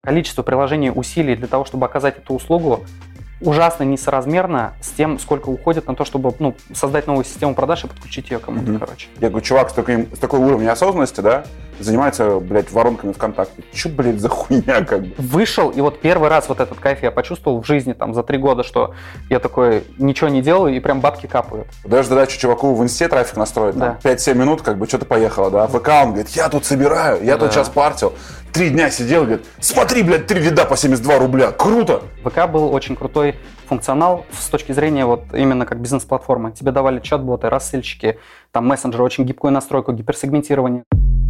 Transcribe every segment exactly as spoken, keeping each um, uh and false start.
Количество приложений, усилий для того, чтобы оказать эту услугу, ужасно несоразмерно с тем, сколько уходит на то, чтобы ну, создать новую систему продаж и подключить ее кому-то, mm-hmm. короче. Я говорю, чувак с, таким, с такой уровнем осознанности, да, занимается, блядь, воронками ВКонтакте. Че, блядь, за хуйня, как бы? Вышел, и вот первый раз вот этот кайф я почувствовал в жизни, там, за три года, что я такой, ничего не делаю, и прям бабки капают. Даешь задачу чуваку в инсте трафик настроить, да. пять-семь минут, как бы, что-то поехало, да, ВК, он говорит, я тут собираю, я да. тут сейчас партил, три дня сидел, говорит, смотри, блядь, три вида по семьдесят два рубля, круто! ВК был очень крутой функционал с точки зрения вот именно как бизнес-платформы. Тебе давали чат-боты, рассыльщики, там мессенджеры, очень гибкую настройку, гиперсегментирование.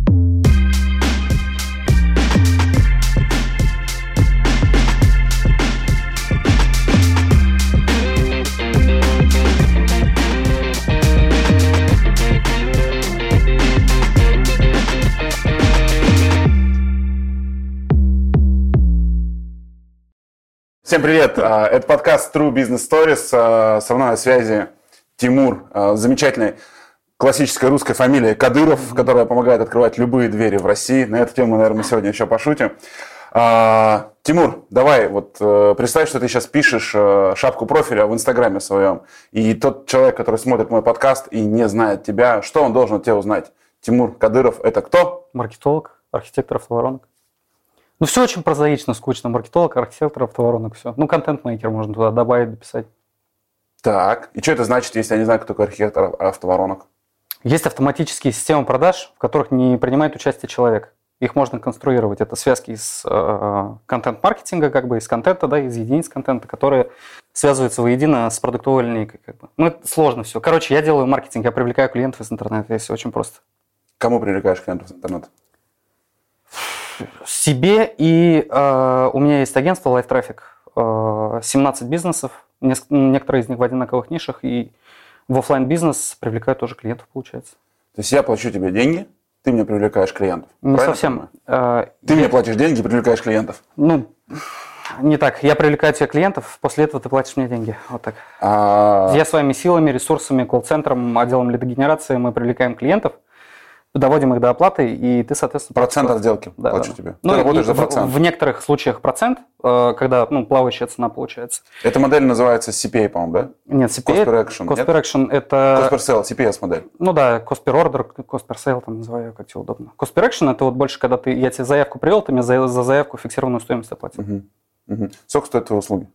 Всем привет! Это подкаст True Business Stories. Со мной на связи Тимур, замечательной классической русской фамилии Кадыров, которая помогает открывать любые двери в России. На эту тему, наверное, мы сегодня еще пошутим. Тимур, давай, вот представь, что ты сейчас пишешь шапку профиля в Инстаграме своем, и тот человек, который смотрит мой подкаст и не знает тебя, что он должен от тебя узнать? Тимур Кадыров – это кто? Маркетолог, архитектор автоворонок. Ну, все очень прозаично, скучно. Маркетолог, архитектор, автоворонок, все. Ну, контент-мейкер можно туда добавить, дописать. Так, и что это значит, если я не знаю, кто такой архитектор автоворонок? Есть автоматические системы продаж, в которых не принимает участие человек. Их можно конструировать. Это связки из э, контент-маркетинга, как бы из контента, да, из единиц контента, которые связываются воедино с продуктовой линейкой. Как бы. Ну, это сложно все. Короче, я делаю маркетинг, я привлекаю клиентов из интернета, если очень просто. Кому привлекаешь клиентов из интернета? Себе, и э, у меня есть агентство Live Traffic, э, семнадцать бизнесов, неск- некоторые из них в одинаковых нишах, и в офлайн бизнес привлекаю тоже клиентов, получается. То есть я плачу тебе деньги, ты мне привлекаешь клиентов? Не совсем. Э, ты я... мне платишь деньги, привлекаешь клиентов? Ну, не так. Я привлекаю тебе клиентов, после этого ты платишь мне деньги. Вот так. А... Я своими силами, ресурсами, колл-центром, отделом лидогенерации мы привлекаем клиентов, доводим их до оплаты, и ты, соответственно... Процент от сделки да, плачу да. тебе. Ты Ну, работаешь за в, процент. В некоторых случаях процент, когда ну, плавающая цена получается. Эта модель называется си пи эй, по-моему, да? Нет, си пи эй. Cost per action. Cost per action это... Cost per sale, си пи эс модель. Ну да, cost per order, cost per sale, там называю, как тебе удобно. Cost per action это вот больше, когда ты, я тебе заявку привел, ты мне за, за заявку фиксированную стоимость оплатил. Угу. Угу. Сколько стоят твои услуги?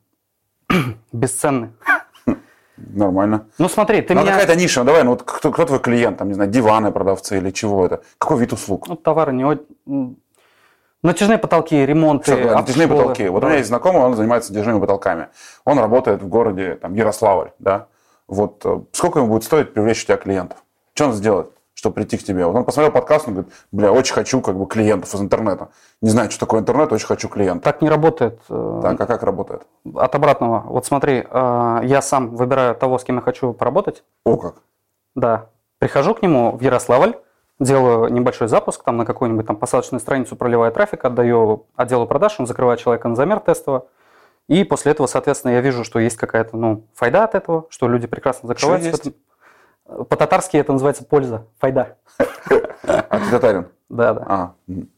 Бесценны. Нормально. Ну смотри, ты ну, меня... какая-то ниша, ну давай, ну вот кто, кто твой клиент, там, не знаю, диваны продавцы или чего это? Какой вид услуг? Ну, товары не очень... Натяжные потолки, ремонты, Что, натяжные потолки. Вот да. у меня есть знакомый, он занимается натяжными потолками. Он работает в городе там, Ярославль, да? Вот сколько ему будет стоить привлечь у тебя клиентов? Что он сделает, чтобы прийти к тебе? Вот он посмотрел подкаст, он говорит, бля, очень хочу как бы клиентов из интернета. Не знаю, что такое интернет, очень хочу клиентов. Так не работает. Так, а как работает? От обратного. Вот смотри, я сам выбираю того, с кем я хочу поработать. О, как? Да. Прихожу к нему в Ярославль, делаю небольшой запуск, там на какую-нибудь там посадочную страницу проливаю трафик, отдаю отделу продаж, он закрывает человека на замер тестово. И после этого, соответственно, я вижу, что есть какая-то ну, файда от этого, что люди прекрасно закрываются. По-татарски это называется польза, файда. А ты татарин? Да, да.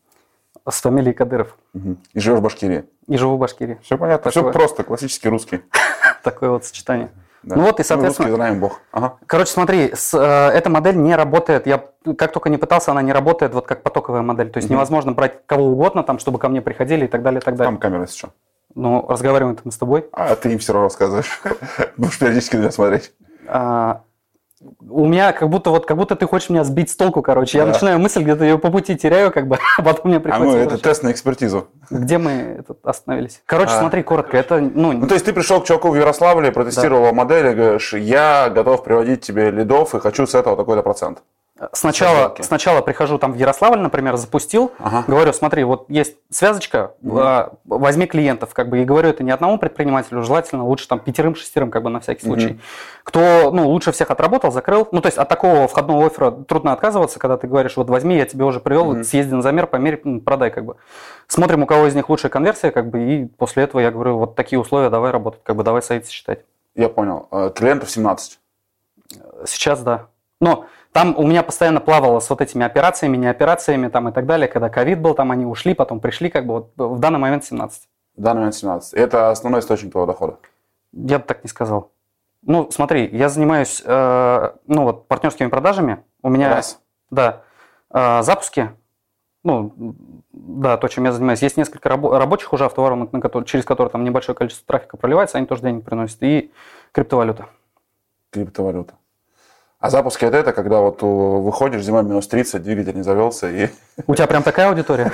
С фамилией Кадыров. Угу. И живешь в Башкирии? И живу в Башкирии. Все понятно, такое... все просто, классический русский. Такое вот сочетание. Да. Ну вот и, соответственно... Ну, русский знаем Бог. Ага. Короче, смотри, с, э, эта модель не работает, я как только не пытался, она не работает вот как потоковая модель. То есть угу. невозможно брать кого угодно, там, чтобы ко мне приходили и так далее, и так далее. Там камера сейчас. Ну, разговариваем мы с тобой. А ты им все равно рассказываешь. Будешь периодически на меня смотреть. А... У меня как будто вот как будто ты хочешь меня сбить с толку, короче. Я да. начинаю мысль, где-то ее по пути теряю, как бы, а потом мне приходится. А мы это тест на экспертизу. Где мы это, остановились? Короче, а. смотри, коротко. Это, ну... ну, то есть ты пришел к чуваку в Ярославле, протестировал да. модель и говоришь, я готов приводить тебе лидов и хочу с этого такой-то процент. Сначала, сначала прихожу там в Ярославль, например, запустил, ага. говорю, смотри, вот есть связочка, угу. возьми клиентов, как бы, и говорю это не одному предпринимателю, желательно лучше там пятерым-шестерым, как бы на всякий угу. случай. Кто, ну, лучше всех отработал, закрыл. Ну, то есть от такого входного оффера трудно отказываться, когда ты говоришь, вот возьми, я тебе уже привел, угу. съезди на замер, померь, продай, как бы. Смотрим, у кого из них лучшая конверсия, как бы, и после этого я говорю, вот такие условия, давай работать, как бы, давай сайт считать. Я понял. Клиентов семнадцать? Сейчас, да. Но Там у меня постоянно плавало с вот этими операциями, не операциями там и так далее. Когда ковид был, там они ушли, потом пришли, как бы вот в данный момент семнадцать. В данный момент семнадцать. Это основной источник твоего дохода? Я бы так не сказал. Ну, смотри, я занимаюсь, э, ну, вот партнерскими продажами. У меня, Раз. да, э, запуски. Ну, да, то, чем я занимаюсь. Есть несколько рабо- рабочих уже автоворонок, на которые, через которые там небольшое количество трафика проливается, они тоже денег приносят. И криптовалюта. Криптовалюта. А запуски это, это когда вот выходишь, зимой минус тридцать, двигатель не завелся и... У тебя прям такая аудитория?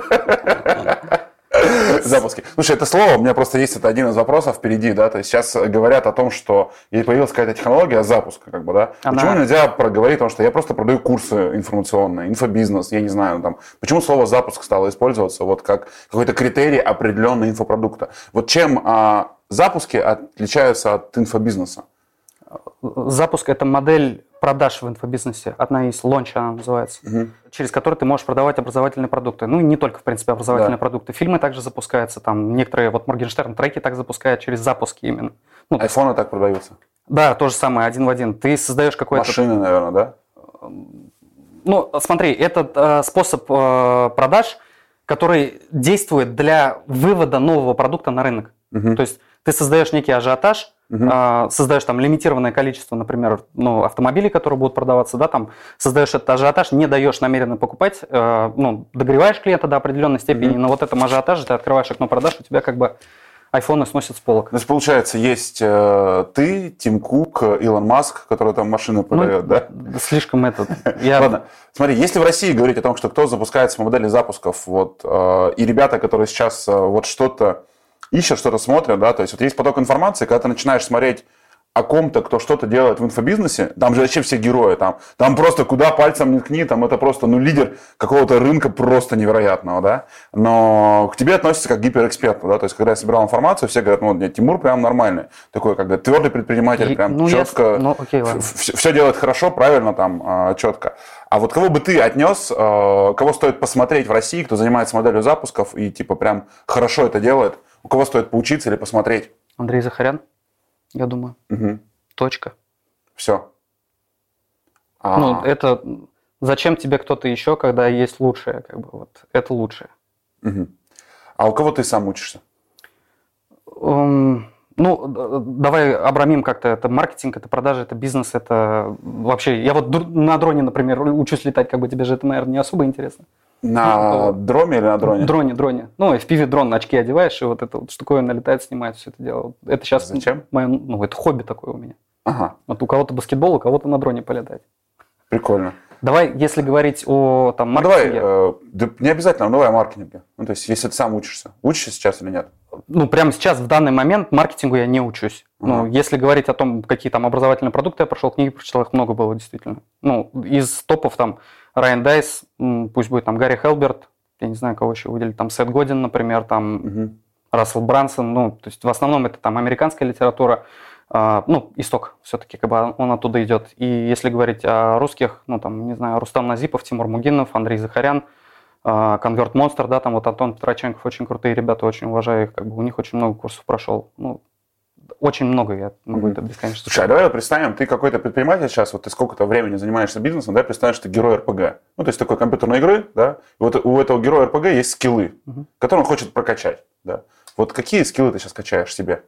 Запуски. Слушай, это слово, у меня просто есть это один из вопросов впереди, да, то есть сейчас говорят о том, что появилась какая-то технология запуска, как бы, да. Она... Почему нельзя проговорить о том, что я просто продаю курсы информационные, инфобизнес, я не знаю, там, почему слово запуск стало использоваться вот как какой-то критерий определенного инфопродукта? Вот чем а, запуски отличаются от инфобизнеса? Запуск – это модель продаж в инфобизнесе. Одна из лонч, она называется, угу. через которую ты можешь продавать образовательные продукты. Ну, и не только, в принципе, образовательные да. продукты. Фильмы также запускаются. Там некоторые, вот Моргенштерн треки так запускают через запуски именно. Ну, айфоны так продаются? Да, то же самое, один в один. Ты создаешь какой-то... Машины, наверное, да? Ну, смотри, это э, способ э, продаж, который действует для вывода нового продукта на рынок. Угу. То есть ты создаешь некий ажиотаж, Uh-huh. создаешь там лимитированное количество, например, ну, автомобилей, которые будут продаваться, да, там создаешь этот ажиотаж, не даешь намеренно покупать, э, ну, догреваешь клиента до определенной степени, uh-huh. но вот этом ажиотаже ты открываешь окно продаж, у тебя как бы айфоны сносят с полок. То есть, получается, есть э, ты, Тим Кук, Илон Маск, который там машины продает, ну, да? Слишком этот... Я... Ладно, смотри, если в России говорить о том, что кто запускает модели запусков, вот, э, и ребята, которые сейчас э, вот что-то ищут, что-то смотрят, да, то есть вот есть поток информации, когда ты начинаешь смотреть о ком-то, кто что-то делает в инфобизнесе, там же вообще все герои, там, там просто куда пальцем не ткни, там это просто, ну, лидер какого-то рынка просто невероятного, да, но к тебе относятся как к гиперэксперту, да, то есть когда я собирал информацию, все говорят, ну, нет, Тимур прям нормальный, такой, когда твердый предприниматель, прям ну, четко, ну, окей, ладно. все, все делает хорошо, правильно, там, четко. А вот кого бы ты отнес, кого стоит посмотреть в России, кто занимается моделью запусков и типа прям хорошо это делает, у кого стоит поучиться или посмотреть? Андрей Захарян, я думаю. Угу. Точка. Все. А... Ну, это зачем тебе кто-то еще, когда есть лучшее, как бы вот это лучшее. Угу. А у кого ты сам учишься? Um, ну, давай обрамим как-то. Это маркетинг, это продажи, это бизнес, это вообще. Я вот на дроне, например, учусь летать, как бы тебе же это, наверное, не особо интересно. На ну, дроме или на дроне? Дроне, дроне. Ну, эф пи ви-дрон, очки одеваешь, и вот это вот штуковина летает, снимает все это дело. Это сейчас... Зачем? Мое, ну, это хобби такое у меня. Ага. Вот у кого-то баскетбол, у кого-то на дроне полетать. Прикольно. Давай, если говорить о там, маркетинге... Ну, давай, э, да не обязательно, давай о маркетинге. Ну, то есть, если ты сам учишься. Учишься сейчас или нет? Ну, прямо сейчас, в данный момент, маркетингу я не учусь. Ага. Ну, если говорить о том, какие там образовательные продукты я прошел, книги прочитал, их много было, действительно. Ну, из топов там Райан Дайс, пусть будет там Гарри Хелберт, я не знаю, кого еще выделить, там Сет Годин, например, там угу. Рассел Брансон, ну, то есть в основном это там американская литература, э, ну, исток все-таки, как бы он оттуда идет. И если говорить о русских, ну, там, не знаю, Рустам Назипов, Тимур Мугинов, Андрей Захарян, э, Конверт Монстр, да, там вот Антон Петроченков, очень крутые ребята, очень уважаю их, как бы у них очень много курсов прошел, ну, очень много, я могу mm-hmm. это бесконечно. Слушай, а давай представим, ты какой-то предприниматель сейчас, вот ты сколько-то времени занимаешься бизнесом, да, представим, что ты герой эр пэ гэ. Ну, то есть такой компьютерной игры, да, и вот у этого героя эр пэ гэ есть скиллы, mm-hmm. которые он хочет прокачать, да. Вот какие скиллы ты сейчас качаешь себе?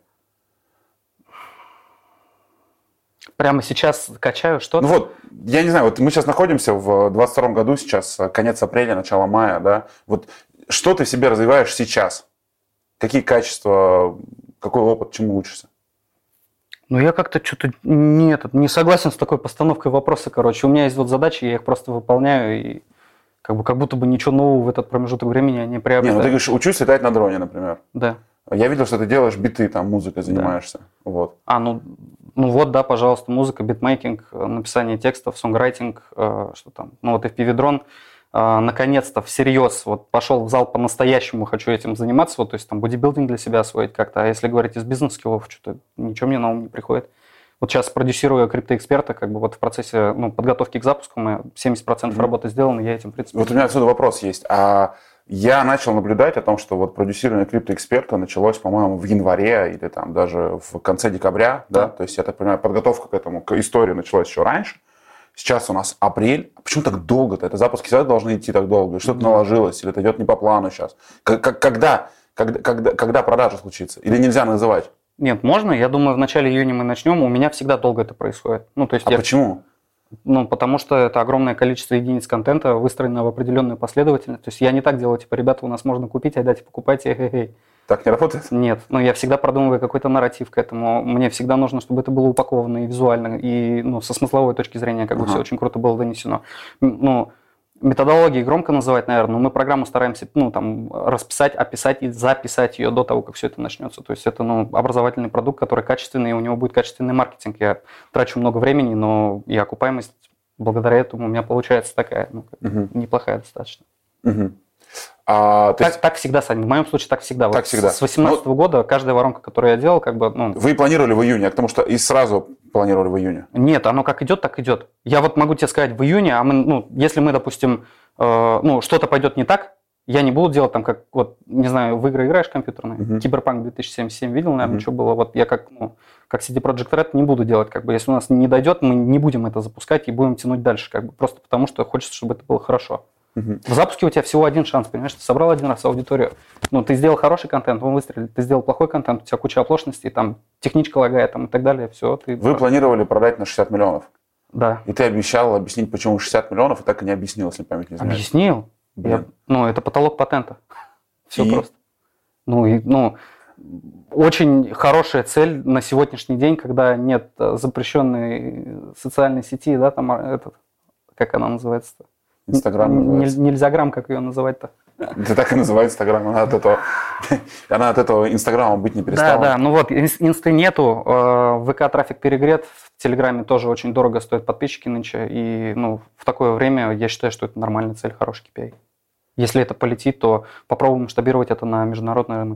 Прямо сейчас качаю что-то? Ну вот, я не знаю, вот мы сейчас находимся в двадцать втором году, сейчас конец апреля, начало мая, да, вот что ты в себе развиваешь сейчас? Какие качества, какой опыт, чему учишься? Ну, я как-то что-то не, этот, не согласен с такой постановкой вопроса, короче. У меня есть вот задачи, я их просто выполняю, и как, бы, как будто бы ничего нового в этот промежуток времени я не приобретаю. Не, ну ты говоришь, учусь летать на дроне, например. Да. Я видел, что ты делаешь биты, там, музыкой занимаешься. Да. Вот. А, ну, ну вот, да, пожалуйста, музыка, битмейкинг, написание текстов, сонграйтинг, э, что там, ну вот эф пи ви-дрон. Наконец-то всерьез вот пошел в зал по-настоящему, хочу этим заниматься, вот, то есть там бодибилдинг для себя освоить как-то, а если говорить из бизнес-скиллов, что-то ничего мне на ум не приходит. Вот сейчас продюсирую криптоэксперта, как бы вот в процессе ну, подготовки к запуску мы семьдесят процентов mm-hmm. работы сделано, я этим, в принципе... Вот у меня отсюда вопрос есть. А я начал наблюдать о том, что вот продюсирование криптоэксперта началось, по-моему, в январе или там даже в конце декабря, да, да? То есть, я так понимаю, подготовка к этому, к истории началась еще раньше. сейчас у нас апрель. Почему так долго-то? Это запуски всегда должны идти так долго. Что-то mm-hmm. наложилось, или это идет не по плану сейчас. Когда, когда, когда, когда продажа случится? Или нельзя называть? Нет, можно. Я думаю, в начале июня мы начнем. У меня всегда долго это происходит. Ну, то есть а я... почему? Ну, потому что это огромное количество единиц контента, выстроено в определенную последовательность. То есть я не так делаю, типа, ребята, у нас можно купить, а дайте покупайте, эй-эй-эй. Так не работает? Нет, но я всегда продумываю какой-то нарратив к этому. Мне всегда нужно, чтобы это было упаковано и визуально, и ну, со смысловой точки зрения, как бы ага. все очень круто было донесено. Ну, методологии громко называть, наверное, но мы программу стараемся ну, там, расписать, описать и записать ее до того, как все это начнется. То есть это ну, образовательный продукт, который качественный, и у него будет качественный маркетинг. Я трачу много времени, но и окупаемость благодаря этому у меня получается такая, ну, угу. неплохая достаточно. Угу. А, так, есть... так всегда, Саня, в моем случае так всегда. Так вот всегда. С две тысячи восемнадцатого ну, года каждая воронка, которую я делал, как бы... Ну... Вы планировали в июне, потому что и сразу планировали в июне? Нет, оно как идет, так идет. Я вот могу тебе сказать в июне, а мы, ну, если мы, допустим, э, ну, что-то пойдет не так, я не буду делать там, как, вот, не знаю, в игры играешь компьютерные, uh-huh. Киберпанк две тысячи семьдесят семь видел, наверное, uh-huh. что было. Вот я как, ну, как си ди Projekt Red не буду делать, как бы, если у нас не дойдет, мы не будем это запускать и будем тянуть дальше, как бы, просто потому что хочется, чтобы это было хорошо. Uh-huh. В запуске у тебя всего один шанс, понимаешь, ты собрал один раз аудиторию, ну, ты сделал хороший контент, он выстрелил, ты сделал плохой контент, у тебя куча оплошностей, там, техничка лагает, там, и так далее, все. Ты... Вы планировали продать на шестьдесят миллионов? Да. И ты обещал объяснить, почему шестьдесят миллионов, и так и не объяснил, если память не изменяет. Объяснил. Я, ну, это потолок патента. Все и? Просто. Ну, и, ну, очень хорошая цель на сегодняшний день, когда нет запрещенной социальной сети, да, там, этот, как она называется-то? Инстаграм называется. Нельзя грамм, как ее называть-то? Это так и называется Инстаграм. Она от этого, она от этого Инстаграма быть не перестала. Да, да. Ну вот, инсты нету, ВК трафик перегрет, в Телеграме тоже очень дорого стоят подписчики нынче. И ну, в такое время я считаю, что это нормальная цель, хороший кей пи ай. Если это полетит, то попробуем масштабировать это на международный рынок.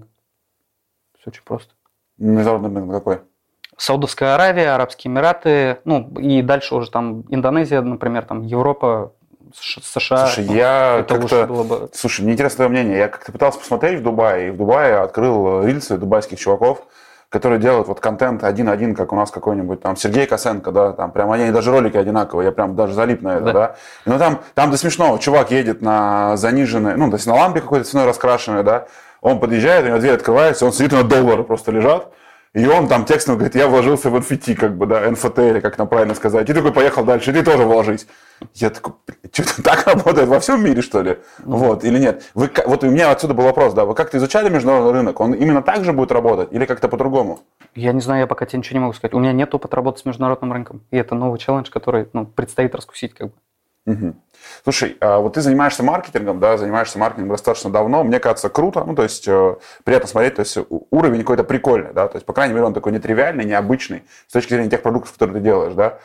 Все очень просто. Международный рынок какой? Саудовская Аравия, Арабские Эмираты, ну и дальше уже там Индонезия, например, там Европа, США. Слушай, я это как-то... было бы... Слушай, мне интересно твое мнение. Я как-то пытался посмотреть в Дубае, и в Дубае открыл рильсы дубайских чуваков, которые делают вот контент один-один, как у нас какой-нибудь там Сергей Косенко, да, там прям они даже ролики одинаковые, я прям даже залип на это, да. да? Но там, там до смешного, чувак едет на заниженной, ну, то есть на лампе какой-то ценой раскрашенной, да, он подъезжает, у него дверь открывается, он сидит, на доллары просто лежат. И он там текстом говорит, я вложился в эн эф ти, как бы, да, эн эф ти, или как там правильно сказать. И такой поехал дальше, и ты тоже вложись. Я такой, что-то так работает во всем мире, что ли? Mm-hmm. Вот, или нет? Вы, вот у меня отсюда был вопрос, да, вы как-то изучали международный рынок? Он именно так же будет работать или как-то по-другому? Я не знаю, я пока тебе ничего не могу сказать. У меня нет опыта работы с международным рынком. И это новый челлендж, который ну, предстоит раскусить, как бы. Угу. Слушай, вот ты занимаешься маркетингом, да, занимаешься маркетингом достаточно давно, мне кажется, круто, ну, то есть, э, приятно смотреть, то есть, уровень какой-то прикольный, да, то есть, по крайней мере, он такой нетривиальный, необычный, с точки зрения тех продуктов, которые ты делаешь, да,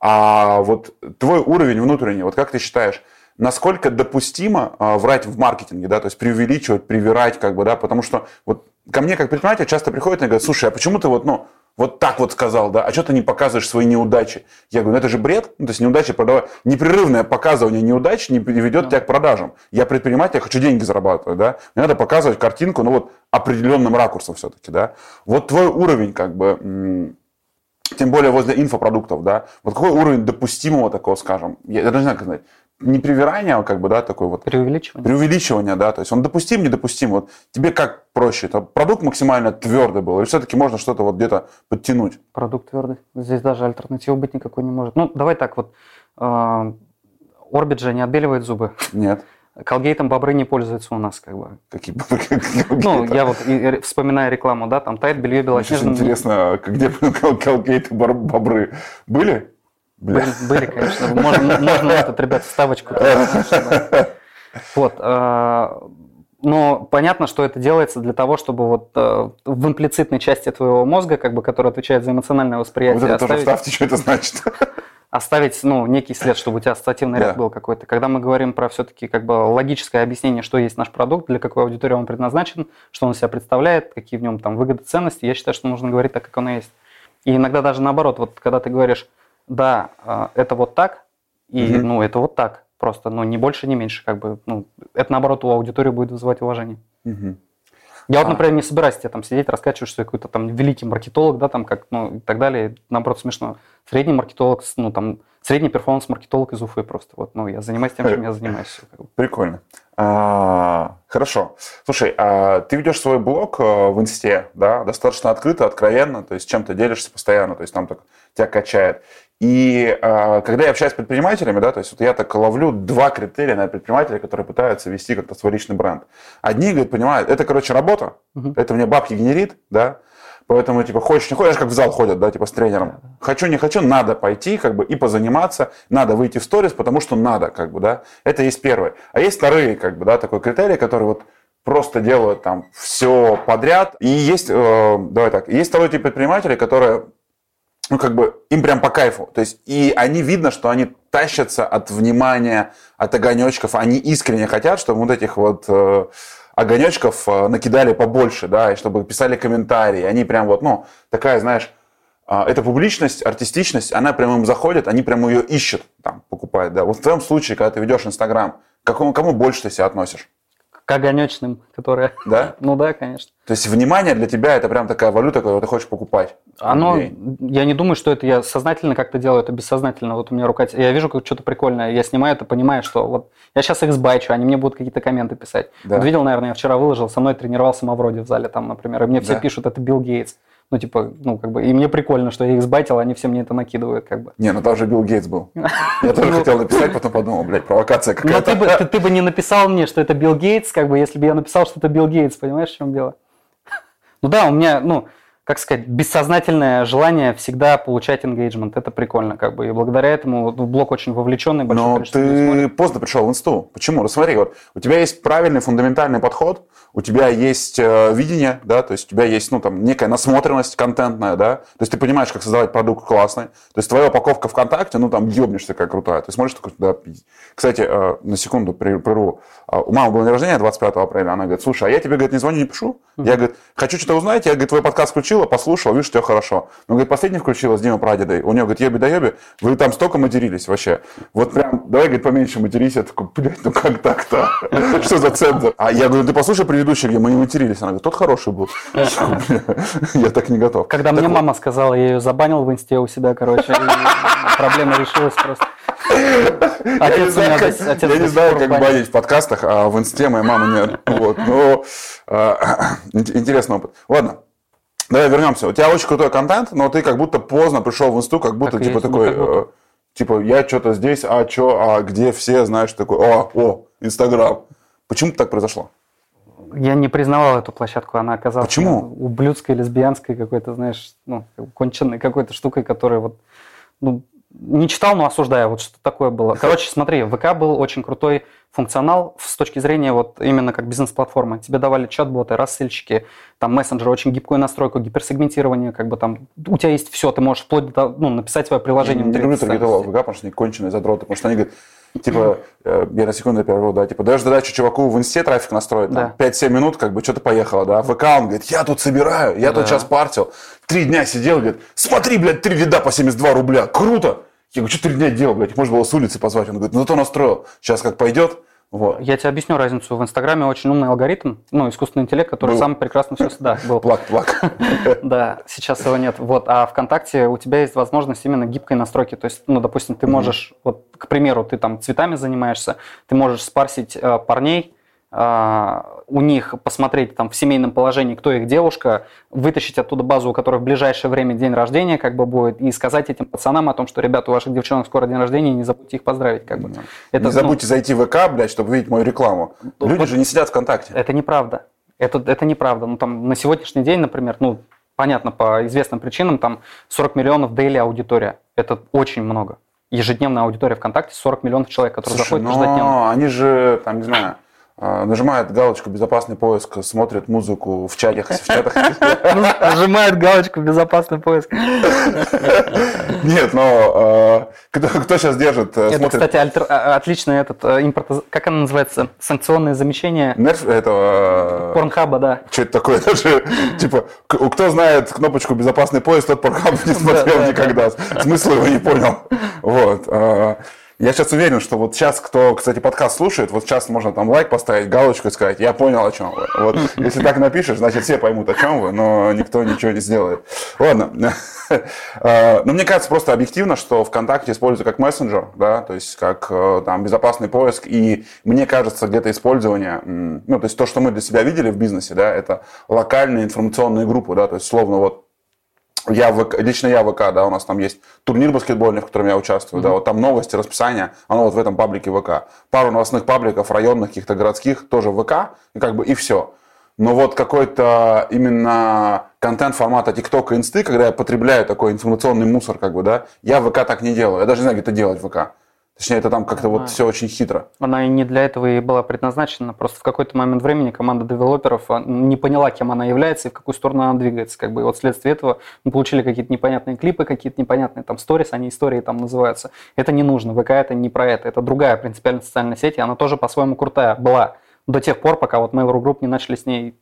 а вот твой уровень внутренний, вот как ты считаешь, насколько допустимо э, врать в маркетинге, да, то есть, преувеличивать, привирать, как бы, да, потому что вот ко мне, как предприниматель, часто приходят и говорят, слушай, а почему ты вот, ну, вот так вот сказал, да, а что ты не показываешь свои неудачи? Я говорю, ну это же бред, ну, то есть неудачи продавать, непрерывное показывание неудач не приведет да. тебя к продажам. Я предприниматель, я хочу деньги зарабатывать, да, мне надо показывать картинку, ну вот определенным ракурсом все-таки, да. Вот твой уровень, как бы, тем более возле инфопродуктов, да, вот какой уровень допустимого такого, скажем, я даже не знаю, как сказать, не привирание, а как бы, да, такой вот... Преувеличивание. Преувеличивание, да, то есть он допустим, недопустим. Вот тебе как проще? Это продукт максимально твердый был или все-таки можно что-то вот где-то подтянуть? Продукт твердый. Здесь даже альтернативы быть никакой не может. Ну, давай так вот. Орбит же не отбеливает зубы. Нет. Колгейтом бобры не пользуются у нас, как бы. Какие бобры? Ну, я вот, вспоминаю рекламу, да, там тает белье белоснежным. Мне интересно, где Колгейт и бобры были? Были, были, конечно. Можно, можно этот, ребят, вставочку. Вот. Но понятно, что это делается для того, чтобы вот в имплицитной части твоего мозга, как бы, которая отвечает за эмоциональное восприятие, вот это оставить, тоже вставьте, что это значит? Оставить, ну, некий след, чтобы у тебя ассоциативный ряд да. был какой-то. Когда мы говорим про все-таки как бы логическое объяснение, что есть наш продукт, для какой аудитории он предназначен, что он себя представляет, какие в нем там выгоды, ценности, я считаю, что нужно говорить так, как оно есть. И иногда даже наоборот, вот когда ты говоришь, да, это вот так, и mm-hmm. ну, это вот так. Просто, ну, не больше, не меньше, как бы, ну, это наоборот у аудитории будет вызывать уважение. Mm-hmm. Я вот, например, не собираюсь тебе там сидеть, раскачивать, что я какой-то там великий маркетолог, да, там как, ну, и так далее. Наоборот, смешно. Средний маркетолог, ну, там, средний перформанс-маркетолог из Уфы просто. Вот, ну, я занимаюсь тем, чем я занимаюсь. Прикольно. А, хорошо. Слушай, а ты ведешь свой блог в Инсте, да, достаточно открыто, откровенно, то есть чем-то делишься постоянно, то есть там так тебя качает. И а, когда я общаюсь с предпринимателями, да, то есть вот я так ловлю два критерия на предпринимателей, которые пытаются вести как-то свой личный бренд. Одни, говорят, понимают, это, короче, работа, uh-huh. это мне бабки генерит, да, поэтому, типа, хочешь, не хочешь, как в зал ходят, да, типа, с тренером. Хочу, не хочу, надо пойти, как бы, и позаниматься, надо выйти в сторис, потому что надо, как бы, да. Это есть первое. А есть вторые, как бы, да, такой критерий, который вот просто делают там все подряд. И есть, э, давай так, есть второй тип предпринимателей, которые, ну, как бы, им прям по кайфу. То есть, и они видно, что они тащатся от внимания, от огонечков. Они искренне хотят, чтобы вот этих вот э, огонечков э, накидали побольше, да, и чтобы писали комментарии. Они прям вот, ну, такая, знаешь, э, эта публичность, артистичность, она прям им заходит, они прям ее ищут, там, покупают, да. Вот в твоем случае, когда ты ведешь Инстаграм, к какому, кому больше ты себя относишь? К огонечным, которые... Да? Ну да, конечно. То есть внимание для тебя это прям такая валюта, которую ты хочешь покупать? Оно, я не думаю, что это я сознательно как-то делаю, это бессознательно. Вот у меня рука... Я вижу как что-то прикольное, я снимаю это, понимаю, что вот я сейчас их сбайчу, они мне будут какие-то комменты писать. Да. Вот видел, наверное, я вчера выложил, со мной тренировался Мавроди в зале там, например, и мне все да. пишут, это Билл Гейтс. Ну, типа, ну, как бы, и мне прикольно, что я их сбайтил, они все мне это накидывают, как бы. Не, ну там же Билл Гейтс был. Я тоже хотел написать, потом подумал, блядь, провокация какая-то. Но ты бы, ты, ты бы не написал мне, что это Билл Гейтс, как бы, если бы я написал, что это Билл Гейтс, понимаешь, в чем дело? Ну да, у меня, ну, как сказать, бессознательное желание всегда получать engagement, это прикольно, как бы, и благодаря этому блог очень вовлеченный, большое количество людей смотрит. Но ты поздно пришел в инсту. Почему? Ну смотри, вот у тебя есть правильный фундаментальный подход, у тебя есть э, видение, да, то есть у тебя есть, ну, там, некая насмотренность контентная, да, то есть ты понимаешь, как создавать продукт классный, то есть твоя упаковка ВКонтакте, ну, там, ёбнешься как крутая, ты смотришь такой, да, кстати, э, на секунду прерву, у мамы было день рождения двадцать пятого апреля, она говорит, слушай, а я тебе, говорит, не звоню, не пишу, mm-hmm. я, говорит, хочу что-то узнать, я, говорит, твой подкаст включила, послушала, вижу, что хорошо, но, говорит, последний включила с Димой Прадедой, у нее, говорит, еби да еби, вы там столько матерились вообще, вот прям, давай, говорит, поменьше матерись, я такой, блядь, ну как так-то, что за цензор? А я говорю, ты послушай предыдущий, где мы не матерились. Она говорит, тот хороший был. Я так не готов. Когда мне мама сказала, я ее забанил в инсте у себя, короче, и проблема решилась просто. Отец я не знаю, как, я не знаю, как банить в подкастах, а в инсте моя мама нет. Вот. Но, а, интересный опыт. Ладно. Давай вернемся. У тебя очень крутой контент, но ты как будто поздно пришел в инсту, как будто так типа есть, такой, ну, будто. типа я что-то здесь, а что, а где все, знаешь, такой, о, о, Инстаграм. Почему так произошло? Я не признавал эту площадку, она оказалась Почему? ублюдской, лесбиянской какой-то, знаешь, ну, конченной какой-то штукой, которая вот, ну, не читал, но осуждаю, вот что такое было. Короче, смотри, ВК был очень крутой функционал с точки зрения вот именно как бизнес-платформы. Тебе давали чат-боты, рассыльщики, там мессенджеры, очень гибкую настройку, гиперсегментирование, как бы там, у тебя есть все, ты можешь вплоть до, ну, написать свое приложение. Я не люблю таргетолог ВК, потому что они конченые задроты, потому что они говорят, типа, я на секунду перерву, да, типа, даешь задачу чуваку в инсте трафик настроить, да. пять-семь минут, как бы, что-то поехало, да, ВК, он говорит, я тут собираю, я да. тут сейчас партил, три дня сидел, говорит, смотри, блядь, три лида по семьдесят два рубля, круто! Я говорю, что три дня делал, блядь, можно было с улицы позвать, он говорит, ну, зато настроил, сейчас как пойдет. Вот. Я тебе объясню разницу. В Инстаграме очень умный алгоритм, ну, искусственный интеллект, который был. Сам прекрасно все... Да, был. Плак-плак. Да, сейчас его нет. Вот. А ВКонтакте у тебя есть возможность именно гибкой настройки. То есть, ну, допустим, ты можешь, вот, к примеру, ты там цветами занимаешься, ты можешь спарсить э, парней, э, у них посмотреть там в семейном положении, кто их девушка, вытащить оттуда базу, у которой в ближайшее время день рождения как бы будет, и сказать этим пацанам о том, что, ребята, у ваших девчонок скоро день рождения, не забудьте их поздравить. Как бы. Это, не забудьте ну, зайти в ВК, блядь, чтобы видеть мою рекламу. Люди вот, же не сидят ВКонтакте. Это неправда. Это, это неправда. Ну, там, на сегодняшний день, например, ну, понятно, по известным причинам, там сорок миллионов дейли аудитория. Это очень много. Ежедневная аудитория ВКонтакте сорок миллионов человек, которые Слушай, заходят ежедневно. Они же, там, не знаю... Нажимает галочку «Безопасный поиск», смотрит музыку в чатах, в чатах. Нажимает галочку «Безопасный поиск». Нет, но кто, кто сейчас держит? Это, смотрит... кстати, альтер... отличный этот импорт... Как она называется? Санкционные замещения. Нерф этого... Порнхаба, да. Что это такое? Даже, типа, кто знает кнопочку «Безопасный поиск», тот Порнхаб не смотрел никогда. Смысла его не понял. Вот. Я сейчас уверен, что вот сейчас, кто, кстати, подкаст слушает, вот сейчас можно там лайк поставить, галочку и сказать, я понял, о чем вы. Вот, если так напишешь, значит, все поймут, о чем вы, но никто ничего не сделает. Ладно. Но мне кажется просто объективно, что ВКонтакте используется как мессенджер, да, то есть как там безопасный поиск, и мне кажется, где-то использование, ну, то есть то, что мы для себя видели в бизнесе, да, это локальные информационные группы, да, то есть словно вот Я в ВК, лично я в ВК, да, у нас там есть турнир баскетбольный, в котором я участвую, mm-hmm. да, вот там новости, расписание, оно вот в этом паблике ВК. Пару новостных пабликов, районных, каких-то городских, тоже в ВК, и как бы и все. Но вот какой-то именно контент формата ТикТока и Инсты, когда я потребляю такой информационный мусор, как бы, да, я в ВК так не делаю. Я даже не знаю, где это делать в ВК. Точнее, это там как-то вот все очень хитро. Она и не для этого и была предназначена. Просто в какой-то момент времени команда девелоперов не поняла, кем она является и в какую сторону она двигается. Как бы. И вот вследствие этого мы получили какие-то непонятные клипы, какие-то непонятные там сторис, они истории там называются. Это не нужно. ВК это не про это. Это другая принципиально социальная сеть, и она тоже по-своему крутая была. До тех пор, пока вот Mail.ru Group не начали с ней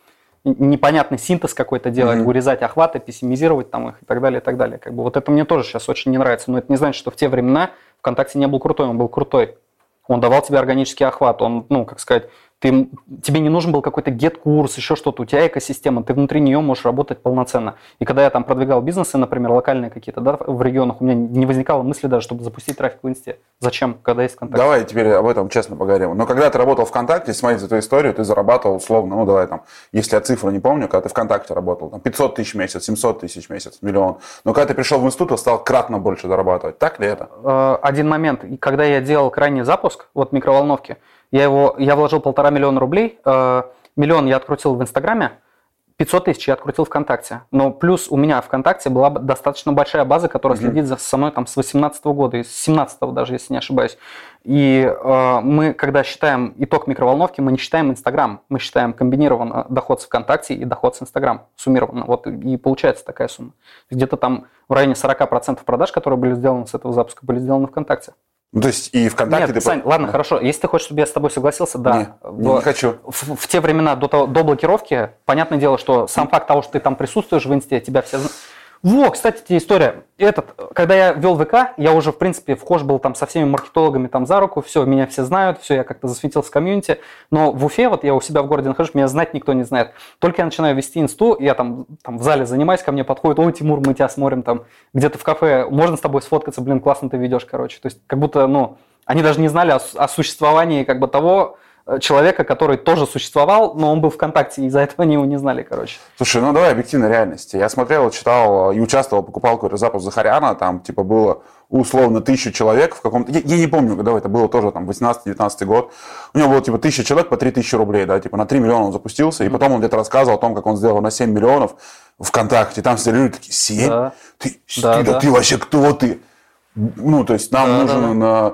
непонятный синтез какой-то делать, mm-hmm. вырезать охваты, пессимизировать там их и так далее, и так далее. Как бы вот это мне тоже сейчас очень не нравится. Но это не значит, что в те времена ВКонтакте не был крутой, он был крутой. Он давал тебе органический охват, он, ну, как сказать, ты, тебе не нужен был какой-то get-курс, еще что-то, у тебя экосистема, ты внутри нее можешь работать полноценно. И когда я там продвигал бизнесы, например, локальные какие-то, да, в регионах, у меня не возникало мысли даже, чтобы запустить трафик в Инсте. Зачем, когда есть ВКонтакте? Давай теперь об этом честно поговорим. Но когда ты работал ВКонтакте, смотри, за твою историю, ты зарабатывал условно, ну давай там, если я цифру не помню, когда ты ВКонтакте работал, там пятьсот тысяч в месяц, семьсот тысяч в месяц, миллион. Но когда ты пришел в Инсту, ты стал кратно больше зарабатывать. Так ли это? Один момент. Когда я делал крайний запуск, вот микроволновки, Я, его, я вложил полтора миллиона рублей, э, миллион я открутил в Инстаграме, пятьсот тысяч я открутил ВКонтакте. Но плюс у меня ВКонтакте была достаточно большая база, которая mm-hmm. следит за, со мной там, с восемнадцатого года, с семнадцатого даже, если не ошибаюсь. И э, мы, когда считаем итог микроволновки, мы не считаем Инстаграм, мы считаем комбинированно доход с ВКонтакте и доход с Инстаграм, суммированно. Вот и получается такая сумма. Где-то там в районе сорок процентов продаж, которые были сделаны с этого запуска, были сделаны ВКонтакте. Ну, то есть и ВКонтакте... Нет, ты... Сань, ладно, да. хорошо. Если ты хочешь, чтобы я с тобой согласился, да. Не, в, не хочу. В, в те времена до, того, до блокировки, понятное дело, что сам факт того, что ты там присутствуешь в Инсте, тебя все... Во, кстати, тебе история. Этот, когда я вел ВК, я уже, в принципе, вхож был там со всеми маркетологами там за руку, все, меня все знают, все, я как-то засветился в комьюнити. Но в Уфе, вот я у себя в городе нахожусь, меня знать никто не знает. Только я начинаю вести Инсту, я там, там в зале занимаюсь, ко мне подходит, ой, Тимур, мы тебя смотрим там где-то в кафе, можно с тобой сфоткаться, блин, классно ты ведешь, короче. То есть как будто, ну... Они даже не знали о, о существовании как бы того человека, который тоже существовал, но он был ВКонтакте, и из-за этого они его не знали, короче. Слушай, ну давай объективной реальности. Я смотрел, читал и участвовал, покупал какой-то запуск Захаряна, там типа было условно тысяча человек в каком-то... Я, я не помню, давай, это было тоже там восемнадцатый-девятнадцатый год. У него было типа тысяча человек по три тысячи рублей, да, типа на три миллиона он запустился, и потом он где-то рассказывал о том, как он сделал на семь миллионов ВКонтакте. Там все люди такие, семь? Да. Ты, да, ты, да. да ты вообще кто ты? Ну, то есть нам да, нужен, да, да.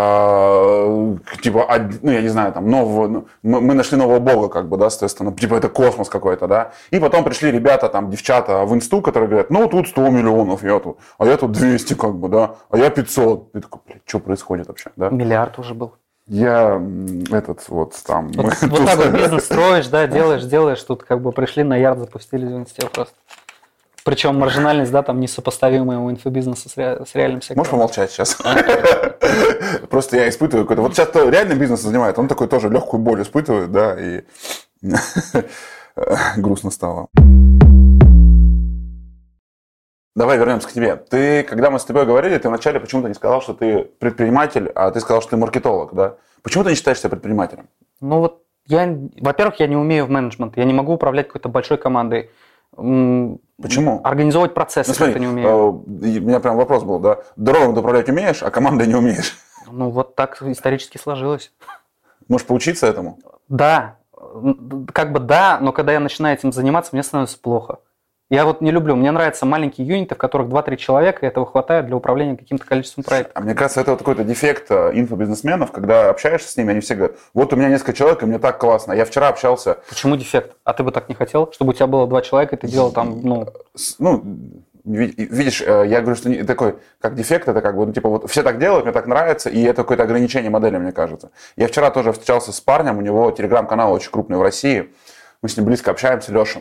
А, типа, ну, я не знаю, там, нового, мы, мы нашли нового бога, как бы, да, соответственно, типа, это космос какой-то, да. И потом пришли ребята, там, девчата в Инсту, которые говорят, ну, тут сто миллионов, я тут, а я тут двести, как бы, да, а я пятьсот. И такой, блядь, что происходит вообще, да? Миллиард уже был. Я этот вот там... Вот, мы, вот тут... так вот бизнес строишь, да, делаешь, делаешь, тут как бы пришли на ярд, запустили в Инсте просто. Причем маржинальность, да, там несопоставимая у инфобизнеса с, ре, с реальным сектором. Можешь помолчать сейчас? Просто я испытываю какой-то... Вот сейчас реальный бизнес занимает, он такой тоже легкую боль испытывает, да, и грустно стало. Давай вернемся к тебе. Ты, когда мы с тобой говорили, ты вначале почему-то не сказал, что ты предприниматель, а ты сказал, что ты маркетолог, да? Почему ты не считаешь себя предпринимателем? Ну вот, я, во-первых, я не умею в менеджмент, я не могу управлять какой-то большой командой. Почему? Организовывать процессы ну, смотри, как-то не умею. У меня прям вопрос был, да? Дорогу управлять умеешь, а командой не умеешь. Ну, вот так исторически сложилось. Можешь поучиться этому? Да, как бы да, но когда я начинаю этим заниматься, мне становится плохо. Я вот не люблю, мне нравятся маленькие юниты, в которых два-три человека, и этого хватает для управления каким-то количеством проектов. А мне кажется, это вот какой-то дефект инфобизнесменов, когда общаешься с ними, они все говорят, вот у меня несколько человек, и мне так классно. Я вчера общался... Почему дефект? А ты бы так не хотел, чтобы у тебя было два человека, и ты делал там, ну... Ну, видишь, я говорю, что такой, как дефект, это как бы, ну, типа, вот все так делают, мне так нравится, и это какое-то ограничение модели, мне кажется. Я вчера тоже встречался с парнем, у него телеграм-канал очень крупный в России, мы с ним близко общаемся, Леша,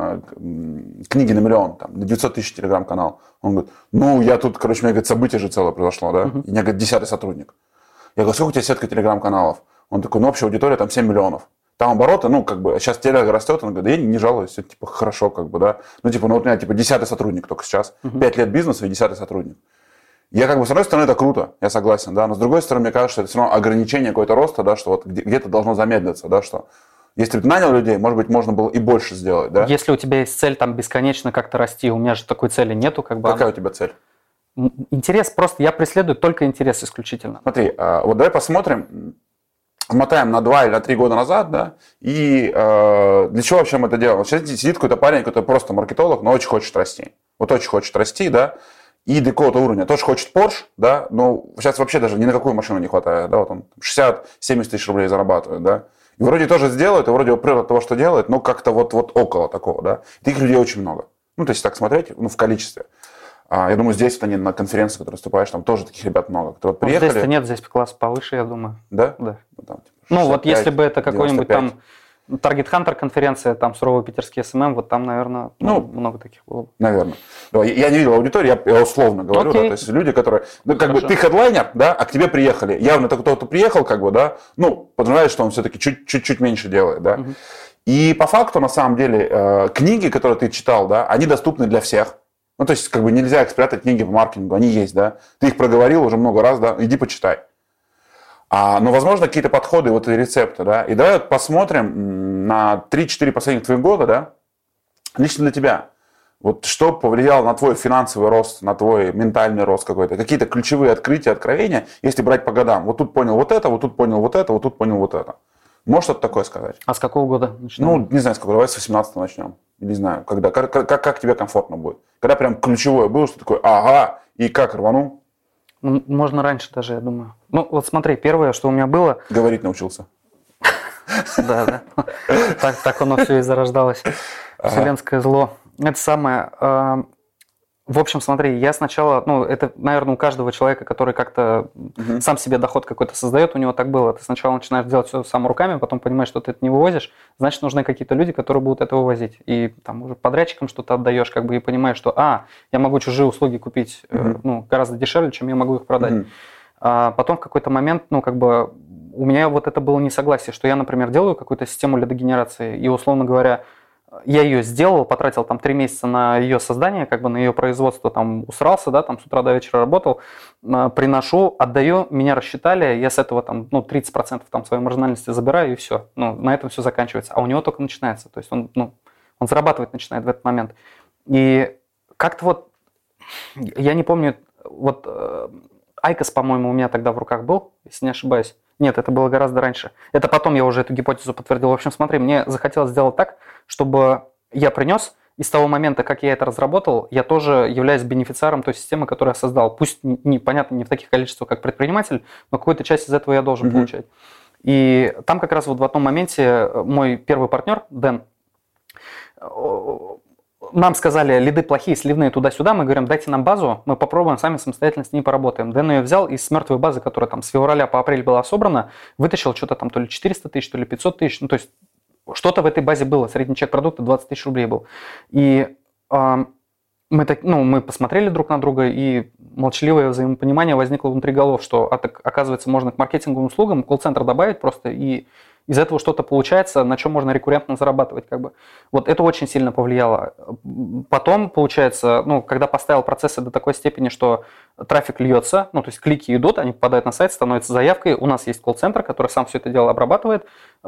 книги на миллион, там, на девятьсот тысяч телеграм-канал. Он говорит, ну, я тут, короче, у меня, говорит, событие же целое произошло, да, uh-huh. и у меня, говорит, десятый сотрудник. Я говорю, сколько у тебя сетка телеграм-каналов? Он такой, ну, общая аудитория там семь миллионов. Там обороты, ну, как бы, сейчас телега растет, он говорит, да я не жалуюсь, все, типа, хорошо, как бы, да. Ну, типа, ну, вот у меня, типа, десятый сотрудник только сейчас, uh-huh. пять лет бизнеса и десятый сотрудник. Я, как бы, с одной стороны, это круто, я согласен, да, но с другой стороны, мне кажется, что это все равно ограничение какого-то роста, да, что вот где-то должно замедлиться, да, что если ты нанял людей, может быть, можно было и больше сделать, да. Если у тебя есть цель там бесконечно как-то расти, у меня же такой цели нету, как бы. Какая она... у тебя цель? Интерес, просто я преследую только интерес исключительно. Смотри, вот давай посмотрим, мотаем на два или на три года назад, да, и э, для чего вообще мы это делаем? Вот сейчас сидит какой-то парень, который просто маркетолог, но очень хочет расти. Вот очень хочет расти, да, и до какого-то уровня. Тоже хочет Porsche, да, но сейчас вообще даже ни на какую машину не хватает, да, вот он шестьдесят-семьдесят тысяч рублей зарабатывает, да. И вроде тоже сделает, и вроде упрет от того, что делает, но как-то вот, вот около такого, да. И таких людей очень много. Ну, то есть так смотреть, ну, в количестве. А, я думаю, здесь, вот они на конференции, которые выступаешь, там тоже таких ребят много, которые вот приехали. Здесь-то нет, здесь класс повыше, я думаю. Да? Да. Ну, там, типа, ну вот если бы это какой-нибудь девяносто пять. Там Target Hunter конференция, там суровый питерский эс эм эм, вот там, наверное, ну, много таких было. Наверное. Я не видел аудиторию, я, я условно говорю, да, то есть люди, которые, ну, как Хорошо. бы ты хедлайнер, да, а к тебе приехали. Явно кто-то приехал, как бы, да, ну, подразумевает, что он все-таки чуть-чуть меньше делает, да. Угу. И по факту, на самом деле, э, книги, которые ты читал, да, они доступны для всех. Ну, то есть, как бы нельзя спрятать книги по маркетингу, они есть, да. Ты их проговорил уже много раз, да, иди почитай. А, но, возможно, какие-то подходы, вот и рецепты, да. И давай вот посмотрим на три-четыре последних твоих года, да, лично для тебя. Вот что повлияло на твой финансовый рост, на твой ментальный рост какой-то, какие-то ключевые открытия, откровения, если брать по годам. Вот тут понял вот это, вот тут понял вот это, вот тут понял вот это. Можешь что-то такое сказать? А с какого года начнем? Ну, не знаю, с какого, давай с восемнадцатого начнем. Не знаю, когда, как, как, как тебе комфортно будет. Когда прям ключевое было, что такое, ага, и как рванул? Ну, можно раньше даже, я думаю. Ну, вот смотри, первое, что у меня было... Говорить научился. Да, да. Так оно все и зарождалось. Вселенское зло. Это самое... В общем, смотри, я сначала, ну, это, наверное, у каждого человека, который как-то uh-huh. сам себе доход какой-то создает, у него так было. Ты сначала начинаешь делать все сам руками, потом понимаешь, что ты это не вывозишь, значит, нужны какие-то люди, которые будут это вывозить. И там уже подрядчикам что-то отдаешь, как бы, и понимаешь, что, а, я могу чужие услуги купить, uh-huh. ну, гораздо дешевле, чем я могу их продать. Uh-huh. А потом в какой-то момент, ну, как бы, у меня вот это было несогласие, что я, например, делаю какую-то систему лидогенерации, и, условно говоря, я ее сделал, потратил там три месяца на ее создание, как бы на ее производство, там усрался, да, там с утра до вечера работал, приношу, отдаю, меня рассчитали, я с этого там, ну, тридцать процентов там своей маржинальности забираю, и все. Ну, на этом все заканчивается. А у него только начинается. То есть он, ну, он зарабатывать начинает в этот момент. И как-то вот, я не помню, вот Айкос, по-моему, у меня тогда в руках был, если не ошибаюсь. Нет, это было гораздо раньше. Это потом я уже эту гипотезу подтвердил. В общем, смотри, мне захотелось сделать так, чтобы я принес, и с того момента, как я это разработал, я тоже являюсь бенефициаром той системы, которую я создал. Пусть, не, понятно, не в таких количествах, как предприниматель, но какую-то часть из этого я должен mm-hmm. получать. И там как раз вот в одном моменте мой первый партнер, Дэн, нам сказали, лиды плохие, сливные туда-сюда, мы говорим, дайте нам базу, мы попробуем сами самостоятельно с ней поработаем. Дэн ее взял и с мертвой базы, которая там с февраля по апрель была собрана, вытащил что-то там то ли четыреста тысяч, то ли пятьсот тысяч, ну то есть что-то в этой базе было, средний чек продукта двадцать тысяч рублей был. И э, мы, так, ну, мы посмотрели друг на друга, и молчаливое взаимопонимание возникло внутри голов, что а так, оказывается, можно к маркетинговым услугам колл-центр добавить просто, и из этого что-то получается, на чем можно рекуррентно зарабатывать. Как бы. Вот это очень сильно повлияло. Потом, получается, ну, когда поставил процессы до такой степени, что трафик льется, ну, то есть клики идут, они попадают на сайт, становятся заявкой, у нас есть колл-центр, который сам все это дело обрабатывает,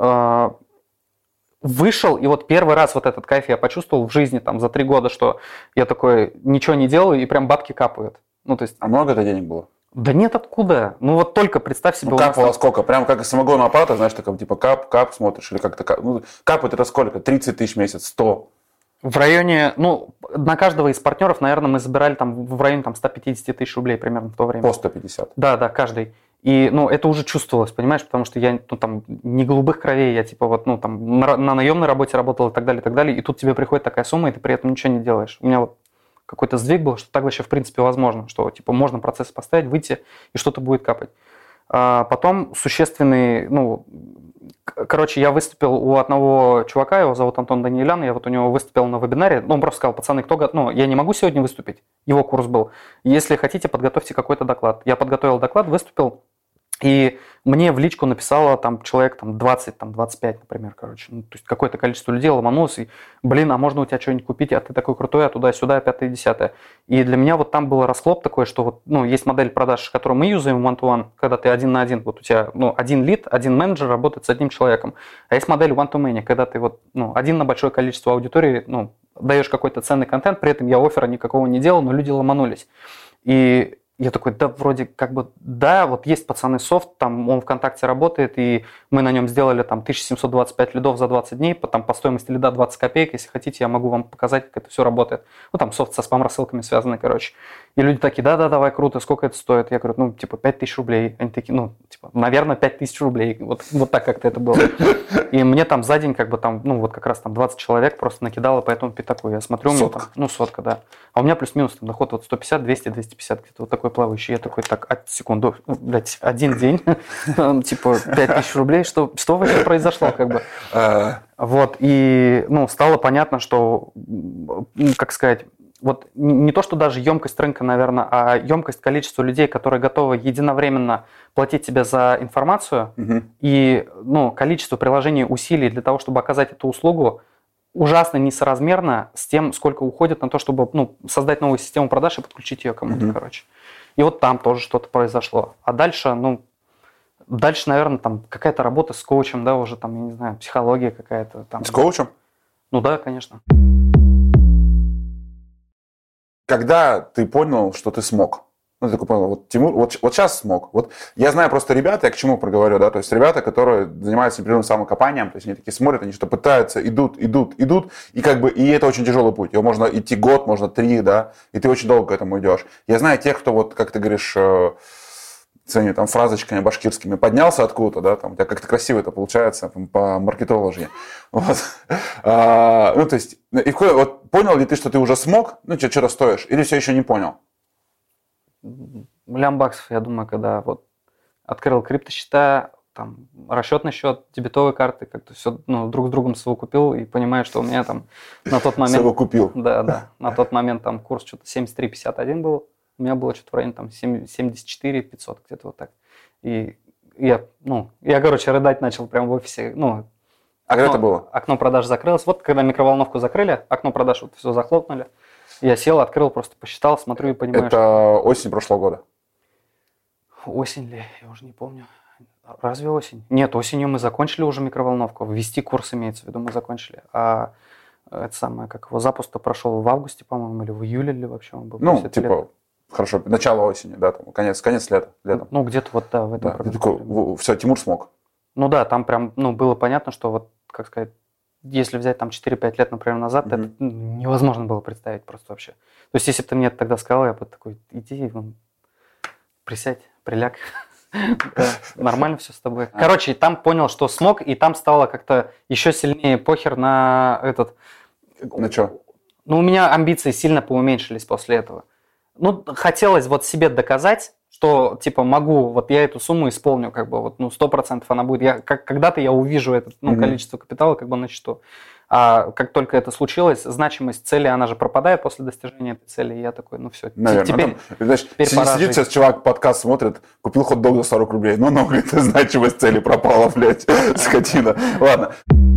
вышел, и вот первый раз вот этот кайф я почувствовал в жизни там за три года, что я такой ничего не делаю, и прям бабки капают. Ну, то есть... А много это денег было? Да нет, откуда? Ну вот только представь себе... Ну, капало там... сколько? Прям как из самогонного аппарата, знаешь, таком типа кап, кап смотришь, или как-то кап. Ну, капает это сколько? тридцать тысяч в месяц, сто? В районе, ну, на каждого из партнеров, наверное, мы забирали там в районе там, сто пятьдесят тысяч рублей примерно в то время. По сто пятьдесят? Да, да, каждый. И, ну, это уже чувствовалось, понимаешь, потому что я, ну, там, не голубых кровей, я, типа, вот, ну, там, на, на наемной работе работал и так далее, и так далее, и тут тебе приходит такая сумма, и ты при этом ничего не делаешь. У меня вот какой-то сдвиг был, что так вообще, в принципе, возможно, что, типа, можно процесс поставить, выйти, и что-то будет капать. А потом существенный, ну, короче, я выступил у одного чувака, его зовут Антон Даниэлян, я вот у него выступил на вебинаре, ну, он просто сказал, пацаны, кто готов, ну, я не могу сегодня выступить, его курс был, если хотите, подготовьте какой-то доклад. Я подготовил доклад, выступил, и мне в личку написало там человек там, двадцать, там, двадцать пять, например, короче. Ну, то есть какое-то количество людей ломанулось, и, блин, а можно у тебя что-нибудь купить, а ты такой крутой, а туда-сюда, пятое, десятое. И для меня вот там был расхлоп такой, что вот, ну, есть модель продаж, которую мы юзаем в one-to-one, когда ты один на один, вот у тебя ну, один лид, один менеджер работает с одним человеком. А есть модель one-to-many, когда ты вот ну, один на большое количество аудитории, ну, даешь какой-то ценный контент, при этом я оффера никакого не делал, но люди ломанулись. И я такой, да, вроде как бы, да, вот есть пацаны софт, там он ВКонтакте работает, и мы на нем сделали там тысяча семьсот двадцать пять лидов за двадцать дней, там по стоимости лида двадцать копеек, если хотите, я могу вам показать, как это все работает. Ну, там софт со спам-рассылками связаны, короче. И люди такие, да-да, давай, круто, сколько это стоит? Я говорю, ну, типа, пять тысяч рублей. Они такие, ну, типа, наверное, пять тысяч рублей. Вот, вот так как-то это было. И мне там за день, как бы там, ну, вот как раз там двадцать человек просто накидало по этому пятаку. Я смотрю, у меня там, ну, сотка, да. А у меня плюс-минус там доход вот сто пятьдесят, двести, двести пятьдесят, где-то вот такой плавающий. Я такой, так, а, секунду, блядь, один день, типа, пять тысяч рублей, что, что вообще произошло, как бы. Вот, и, ну, стало понятно, что, как сказать, вот не то, что даже емкость рынка, наверное, а емкость количества людей, которые готовы единовременно платить тебе за информацию, угу. и ну, количество приложений усилий для того, чтобы оказать эту услугу, ужасно несоразмерно с тем, сколько уходит на то, чтобы ну, создать новую систему продаж и подключить ее кому-то, угу. короче. И вот там тоже что-то произошло. А дальше, ну, дальше, наверное, там какая-то работа с коучем, да, уже там, я не знаю, психология какая-то. Там, с коучем? Ну да, конечно. Когда ты понял, что ты смог? Ну, ты такой понял, вот Тимур, вот, вот сейчас смог. Вот я знаю просто ребята, я к чему проговорю, да, то есть ребята, которые занимаются непрерывным самокопанием, то есть они такие смотрят, они что пытаются, идут, идут, идут, и как бы, и это очень тяжелый путь. Его можно идти год, можно три, да, и ты очень долго к этому идешь. Я знаю тех, кто вот, как ты говоришь, своими там фразочками башкирскими поднялся откуда-то, да, там у тебя как-то красиво это получается по маркетологии. Вот. А, ну, то есть, и вот понял ли ты, что ты уже смог, ну, что-то стоишь, или все еще не понял? Миллион баксов, я думаю, когда вот открыл криптосчета, там, расчетный счет, дебетовые карты, как-то все ну, друг с другом совокупил и понимаю, что у меня там на тот момент... Совокупил. Да, да. На тот момент там курс что-то семьдесят три пятьдесят один был. У меня было что-то в районе там семьдесят четыре пятьсот, где-то вот так. И я, ну, я, короче, рыдать начал прямо в офисе. Ну, а когда это было? Окно продаж закрылось. Вот когда микроволновку закрыли, окно продаж вот все захлопнули. Я сел, открыл, просто посчитал, смотрю и понимаю, это что... осень прошлого года? Осень ли? Я уже не помню. Разве осень? Нет, осенью мы закончили уже микроволновку. Ввести курс имеется в виду, мы закончили. А это самое, как его запуск-то прошел в августе, по-моему, или в июле, или вообще он был? Ну, типа, лето. Хорошо, начало осени, да, там, конец, конец лета. Летом. Ну, где-то вот, да, в этом. Да, ты такой, все, Тимур смог. Ну да, там прям, ну, было понятно, что вот, как сказать, если взять там четыре-пять лет, например, назад, mm-hmm. это невозможно было представить просто вообще. То есть, если бы ты мне это тогда сказал, я бы такой, иди, вон, присядь, приляг. Нормально все с тобой. Короче, там понял, что смог, и там стало как-то еще сильнее похер на этот... На что? Ну, у меня амбиции сильно поуменьшились после этого. Ну, хотелось вот себе доказать, что, типа, могу, вот я эту сумму исполню, как бы, вот, ну, сто процентов она будет. Я, как, когда-то я увижу это, ну, mm-hmm. количество капитала, как бы, на счету. А как только это случилось, значимость цели, она же пропадает после достижения этой цели, и я такой, ну, все, наверное. теперь, там, знаешь, теперь сидит, пора сидит сейчас чувак, подкаст смотрит, купил хот-дог за сорок рублей, ну, ну, говорит, значимость цели пропала, блядь, скотина. Ладно.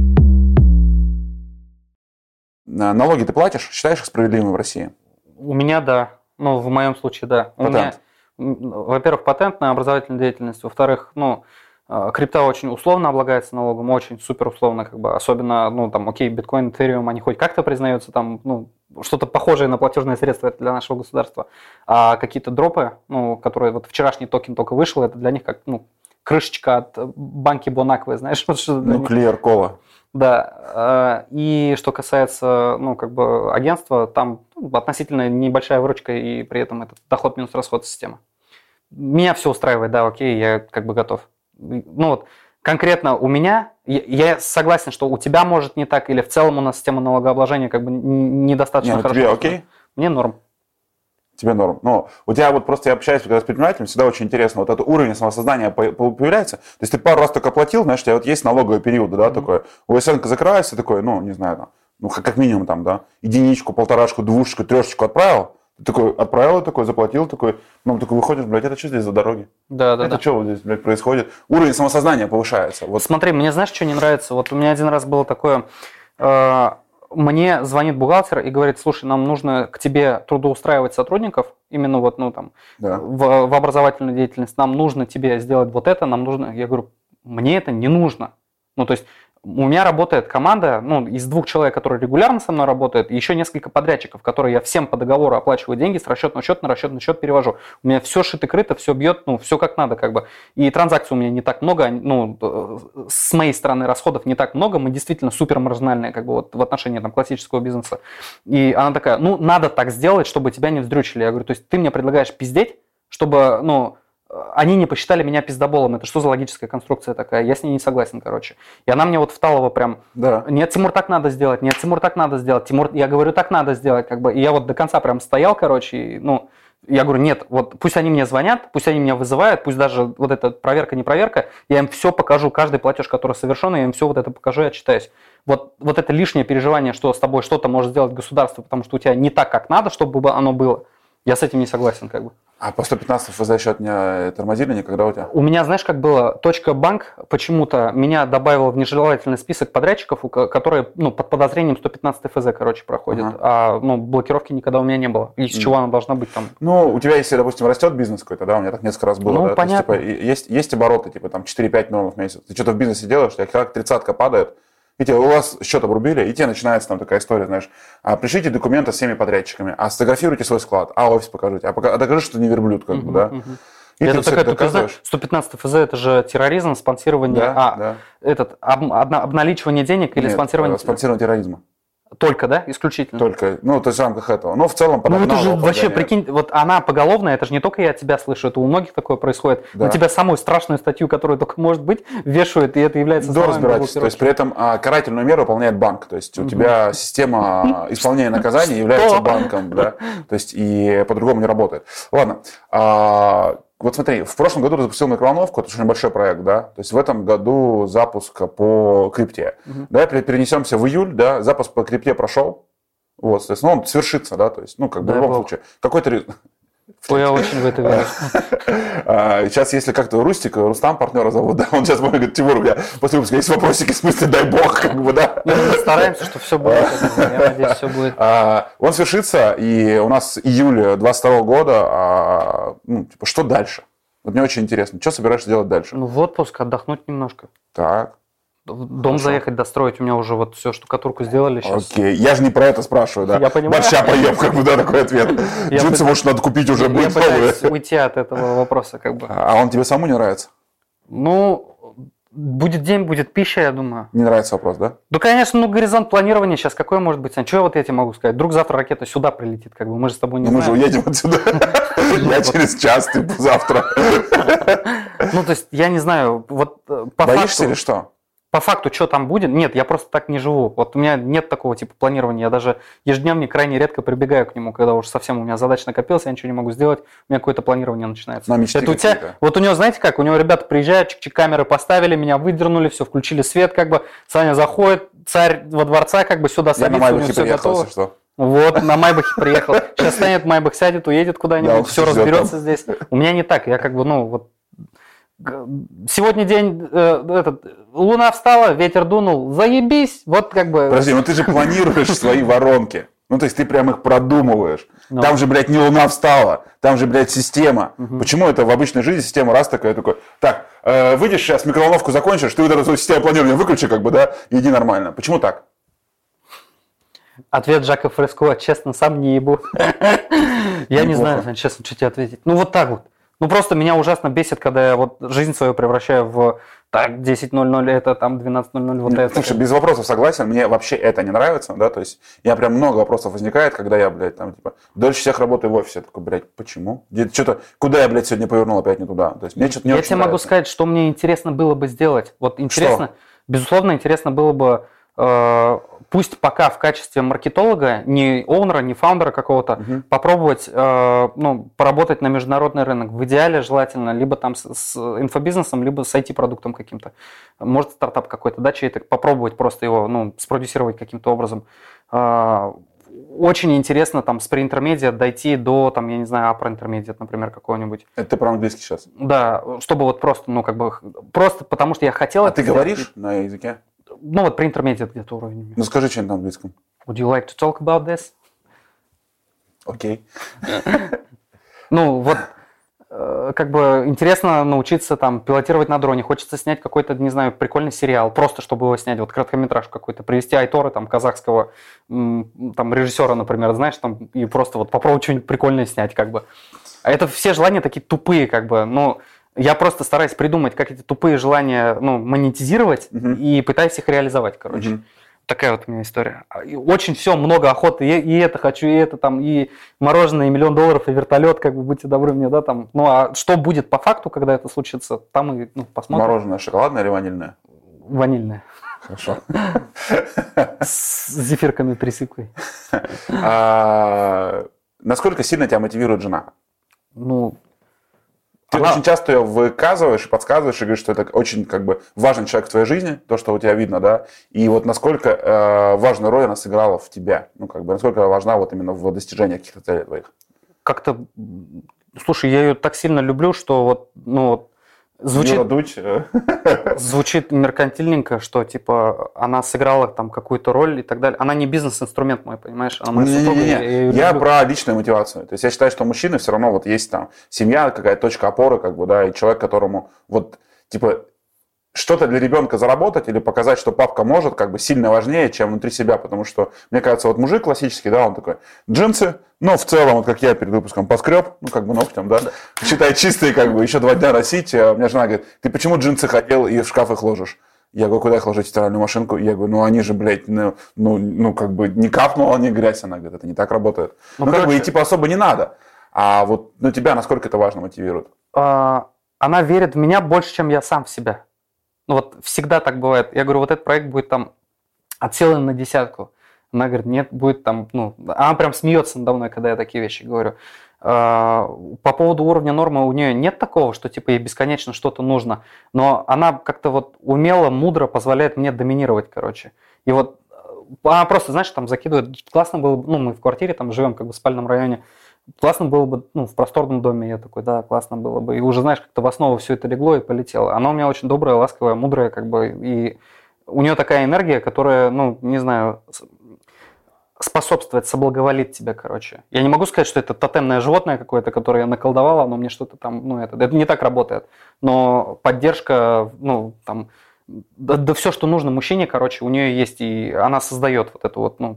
Налоги ты платишь? Считаешь их справедливыми в России? У меня, да. Ну, в моем случае, да. У меня, во-первых, патентная образовательная деятельность, во-вторых, ну, крипта очень условно облагается налогом, очень супер условно, как бы, особенно, ну, там, окей, биткоин, этериум, они хоть как-то признаются, там, ну, что-то похожее на платежное средство это для нашего государства, а какие-то дропы, ну, которые, вот вчерашний токен только вышел, это для них как, ну, крышечка от банки Бонаквы, знаешь, вот что ну, клиер кола. Да, и что касается, ну, как бы агентства, там относительно небольшая выручка и при этом это доход минус расход система. Меня все устраивает, да, окей, я как бы готов. Ну вот, конкретно у меня, я согласен, что у тебя может не так, или в целом у нас система налогообложения как бы недостаточно не, хорошо. Тебе окей? Мне норм. тебе норм. Но у тебя вот просто, я общаюсь когда с предпринимателем, всегда очень интересно, вот этот уровень самосознания появляется. То есть ты пару раз только оплатил, знаешь, у тебя вот есть налоговый период, да, mm-hmm. такой, у СНК закрывается, такой, ну, не знаю, там, ну, как минимум там, да, единичку, полторашку, двушечку, трешечку отправил, ты такой отправил, такой, заплатил, такой, ну, такой выходишь, блядь, это что здесь за дороги? Да, да, это да. что вот здесь, блядь, происходит? Уровень самосознания повышается. Вот. Смотри, мне знаешь, что не нравится? Вот у меня один раз было такое, э, мне звонит бухгалтер и говорит, слушай, нам нужно к тебе трудоустраивать сотрудников, именно вот, ну, там, да. в, в образовательную деятельность, нам нужно тебе сделать вот это, нам нужно, я говорю, мне это не нужно. Ну, то есть, у меня работает команда, ну, из двух человек, которые регулярно со мной работают, и еще несколько подрядчиков, которые я всем по договору оплачиваю деньги с расчетного счета на расчетный счет перевожу. У меня все шито-крыто, все бьет, ну, все как надо, как бы. И транзакций у меня не так много, ну, с моей стороны расходов не так много, мы действительно супер маржинальные, как бы, вот в отношении там классического бизнеса. И она такая, ну, надо так сделать, чтобы тебя не вздрючили. Я говорю, то есть ты мне предлагаешь пиздеть, чтобы, ну, они не посчитали меня пиздоболом. Это что за логическая конструкция такая? Я с ней не согласен, короче. И она мне вот вталова прям, да. Нет, Тимур, так надо сделать, нет, Тимур, так надо сделать, Тимур, я говорю, так надо сделать, как бы. И я вот до конца прям стоял, короче, и, ну, я говорю, нет, вот пусть они мне звонят, пусть они меня вызывают, пусть даже вот эта проверка, не проверка, я им все покажу, каждый платеж, который совершен, я им все вот это покажу и отчитаюсь. Вот, вот это лишнее переживание, что с тобой что-то может сделать государство, потому что у тебя не так, как надо, чтобы оно было, я с этим не согласен, как бы. А по сто пятнадцать ФЗ счет не тормозили никогда у тебя? У меня, знаешь, как было, точка банк почему-то меня добавила в нежелательный список подрядчиков, которые, ну, под подозрением сто пятнадцать ФЗ, короче, проходят. Ага. А, ну, блокировки никогда у меня не было. И с чего она должна быть там? Ну, у тебя, если, допустим, растет бизнес какой-то, да, у меня так несколько раз было. Ну, да? понятно. То есть, типа, есть, есть обороты, типа, там, четыре-пять миллионов в месяц. Ты что-то в бизнесе делаешь, у тебя как тридцатка падает, и тебе, у вас счет обрубили, и тебе начинается там такая история, знаешь, а, пришлите документы с всеми подрядчиками, а сфотографируйте свой склад, а офис покажите, а, пока, а докажи, что ты не верблюд, как uh-huh, бы, да. Uh-huh. И это такая, ты знаешь, сто пятнадцать ФЗ это же терроризм, спонсирование, да, а, да. этот, об, обналичивание денег или Нет, спонсирование? спонсирование терроризма. Только, да? Исключительно? Только, ну, то есть в рамках этого. Но в целом... Ну, это же вообще, прикинь, вот она поголовная, это же не только я от тебя слышу, это у многих такое происходит. Да. На тебя самую страшную статью, которая только может быть, вешают, и это является... До разбирательства. То есть при этом а, карательную меру выполняет банк. То есть у тебя система исполнения наказаний является банком, да? То есть и по-другому не работает. Ладно. Вот смотри, в прошлом году ты запустил микроволновку, это очень большой проект, да, то есть в этом году запуск по крипте. Uh-huh. Давай перенесемся в июль, да, запуск по крипте прошел, вот, то есть, ну, он свершится, да, то есть, ну, как бы да, в любом бог. случае. Какой-то... Ой, я очень в это верю. Сейчас, если как-то Рустик, Рустам партнера зовут, да, он сейчас говорит, Тимур, у меня после выпуска есть вопросики, в смысле, дай бог, как бы, да. Мы стараемся, что все будет, я надеюсь, все будет. Он свершится, и у нас июль двадцать второго года, ну, типа, что дальше? Вот мне очень интересно, что собираешься делать дальше? Ну, в отпуск, отдохнуть немножко. Так. Дом Хорошо. заехать, достроить, у меня уже вот все, штукатурку сделали сейчас. Окей, я же не про это спрашиваю, да? Я понимаю. Борща поем, как бы, да, такой ответ. Джинсы, может, надо купить уже, будет новые. Я пытаюсь уйти от этого вопроса, как бы. А он тебе самому не нравится? Ну, будет день, будет пища, я думаю. Не нравится вопрос, да? Да, конечно, ну, горизонт планирования сейчас какой может быть? Что вот я тебе могу сказать? Вдруг завтра ракета сюда прилетит, как бы, мы же с тобой не знаем. Мы же уедем отсюда. Я через час, ты завтра. Ну, то есть, я не знаю, вот по факту... Боишься или что? По факту, что там будет? Нет, я просто так не живу. Вот у меня нет такого типа планирования. Я даже ежедневно крайне редко прибегаю к нему, когда уж совсем у меня задач накопилась, я ничего не могу сделать, у меня какое-то планирование начинается. Это у тебя, вот у него, знаете как, у него ребята приезжают, чик-чик, камеры поставили, меня выдернули, все, включили свет, как бы, Саня заходит, царь во дворца, как бы сюда садится, у него все готово. Что? Вот, на Майбахе приехал. Сейчас станет, Майбах сядет, уедет куда-нибудь, все разберется здесь. У меня не так, я как бы, ну, вот, сегодня день, э, этот, луна встала, ветер дунул, заебись, вот как бы... Подожди, ну ты же планируешь свои воронки, ну то есть ты прям их продумываешь. Но. Там же, блядь, не луна встала, там же, блядь, система. Угу. Почему это в обычной жизни система раз такая, такой, так, э, выйдешь сейчас, микроволновку закончишь, ты вот эту систему планирования выключи, как бы, да, и иди нормально. Почему так? Ответ Жака Фреско, честно, сам не ебу. Я не знаю, честно, что тебе ответить. Ну вот так вот. Ну, просто меня ужасно бесит, когда я вот жизнь свою превращаю в так, десять ноль ноль это, там двенадцать ноль ноль вот это. Слушай, без вопросов согласен, мне вообще это не нравится, да, то есть я прям много вопросов возникает, когда я, блядь, там, типа, дольше всех работаю в офисе, я такой, блядь, почему? Что-то, куда я, блядь, сегодня повернул опять не туда? То есть мне что-то не Я очень тебе нравится. могу сказать, что мне интересно было бы сделать. Вот интересно, что? Безусловно, интересно было бы э, пусть пока в качестве маркетолога, не оунера, не фаундера какого-то, угу. попробовать э, ну, поработать на международный рынок. В идеале желательно либо там с, с инфобизнесом, либо с ай ти-продуктом каким-то. Может, стартап какой-то, да, чей-то, попробовать просто его ну, спродюсировать каким-то образом. Э, очень интересно там с pre-intermediate дойти до, там, я не знаю, upper intermediate, например, какого-нибудь. Это ты про английский сейчас? Да, чтобы вот просто, ну, как бы, просто потому что я хотел... А ты сделать. Говоришь на языке? Ну, вот pre-intermediate где-то уровень. Ну, скажи что-нибудь на английском. Would you like to talk about this? Окей. Okay. Ну, вот, э, как бы, интересно научиться там пилотировать на дроне. Хочется снять какой-то, не знаю, прикольный сериал, просто чтобы его снять, вот короткометражку какой-то, привести Айтора, там, казахского м, там, режиссера, например, знаешь, там, и просто вот попробовать что-нибудь прикольное снять, как бы. А это все желания такие тупые, как бы, ну... Я просто стараюсь придумать, как эти тупые желания ну, монетизировать uh-huh. и пытаюсь их реализовать, короче. Uh-huh. Такая вот у меня история. И очень все, много охоты. И, и это хочу, и это там, и мороженое, и миллион долларов, и вертолет, как бы, будьте добры мне, да, там. Ну, а что будет по факту, когда это случится, там и ну, посмотрим. Мороженое шоколадное или ванильное? Ванильное. Хорошо. С зефирками присыпкой. Насколько сильно тебя мотивирует жена? Ну... Ты Она... очень часто ее выказываешь и подсказываешь, и говоришь, что это очень как бы важный человек в твоей жизни, то, что у тебя видно, да, и вот насколько э, важную роль она сыграла в тебя, ну, как бы, насколько она важна вот именно в достижении каких-то целей твоих. Как-то, слушай, я ее так сильно люблю, что вот, ну, вот, звучит, Дуть. звучит меркантильненько, что, типа, она сыграла там какую-то роль и так далее. Она не бизнес-инструмент мой, понимаешь? Она моя супруга, не, не, я, я, я про личную мотивацию. То есть я считаю, что мужчины все равно вот есть там семья, какая-то точка опоры, как бы, да, и человек, которому вот, типа, что-то для ребенка заработать или показать, что папка может, как бы сильно важнее, чем внутри себя, потому что, мне кажется, вот мужик классический, да, он такой, джинсы, ну, в целом, вот как я перед выпуском поскреб, ну, как бы ногтем, да, считай, чистые, как бы, еще два дня носить, а у меня жена говорит, ты почему джинсы хотел и в шкаф их ложишь? Я говорю, куда их ложить в стиральную машинку? Я говорю, ну, они же, блядь, ну, ну, ну как бы, не капнула, не грязь, она говорит, это не так работает. Ну, ну как бы, и типа особо не надо, а вот, ну, тебя насколько это важно мотивирует? А, она верит в меня больше, чем я сам в себя. Ну вот всегда так бывает. Я говорю, вот этот проект будет там от силы на десятку. Она говорит, нет, будет там, ну, она прям смеется надо мной, когда я такие вещи говорю. По поводу уровня нормы у нее нет такого, что типа ей бесконечно что-то нужно, но она как-то вот умело, мудро позволяет мне доминировать, короче. И вот она просто, знаешь, там закидывает, классно было бы, ну, мы в квартире там живем, как бы в спальном районе, классно было бы, ну, в просторном доме, я такой, да, классно было бы. И уже, знаешь, как-то в основу все это легло и полетело. Она у меня очень добрая, ласковая, мудрая, как бы, и у нее такая энергия, которая, ну, не знаю, способствует, соблаговолит тебе, короче. Я не могу сказать, что это тотемное животное какое-то, которое я наколдовала, оно мне что-то там, ну, это, это не так работает. Но поддержка, ну, там, да, да все, что нужно мужчине, короче, у нее есть, и она создает вот эту вот, ну,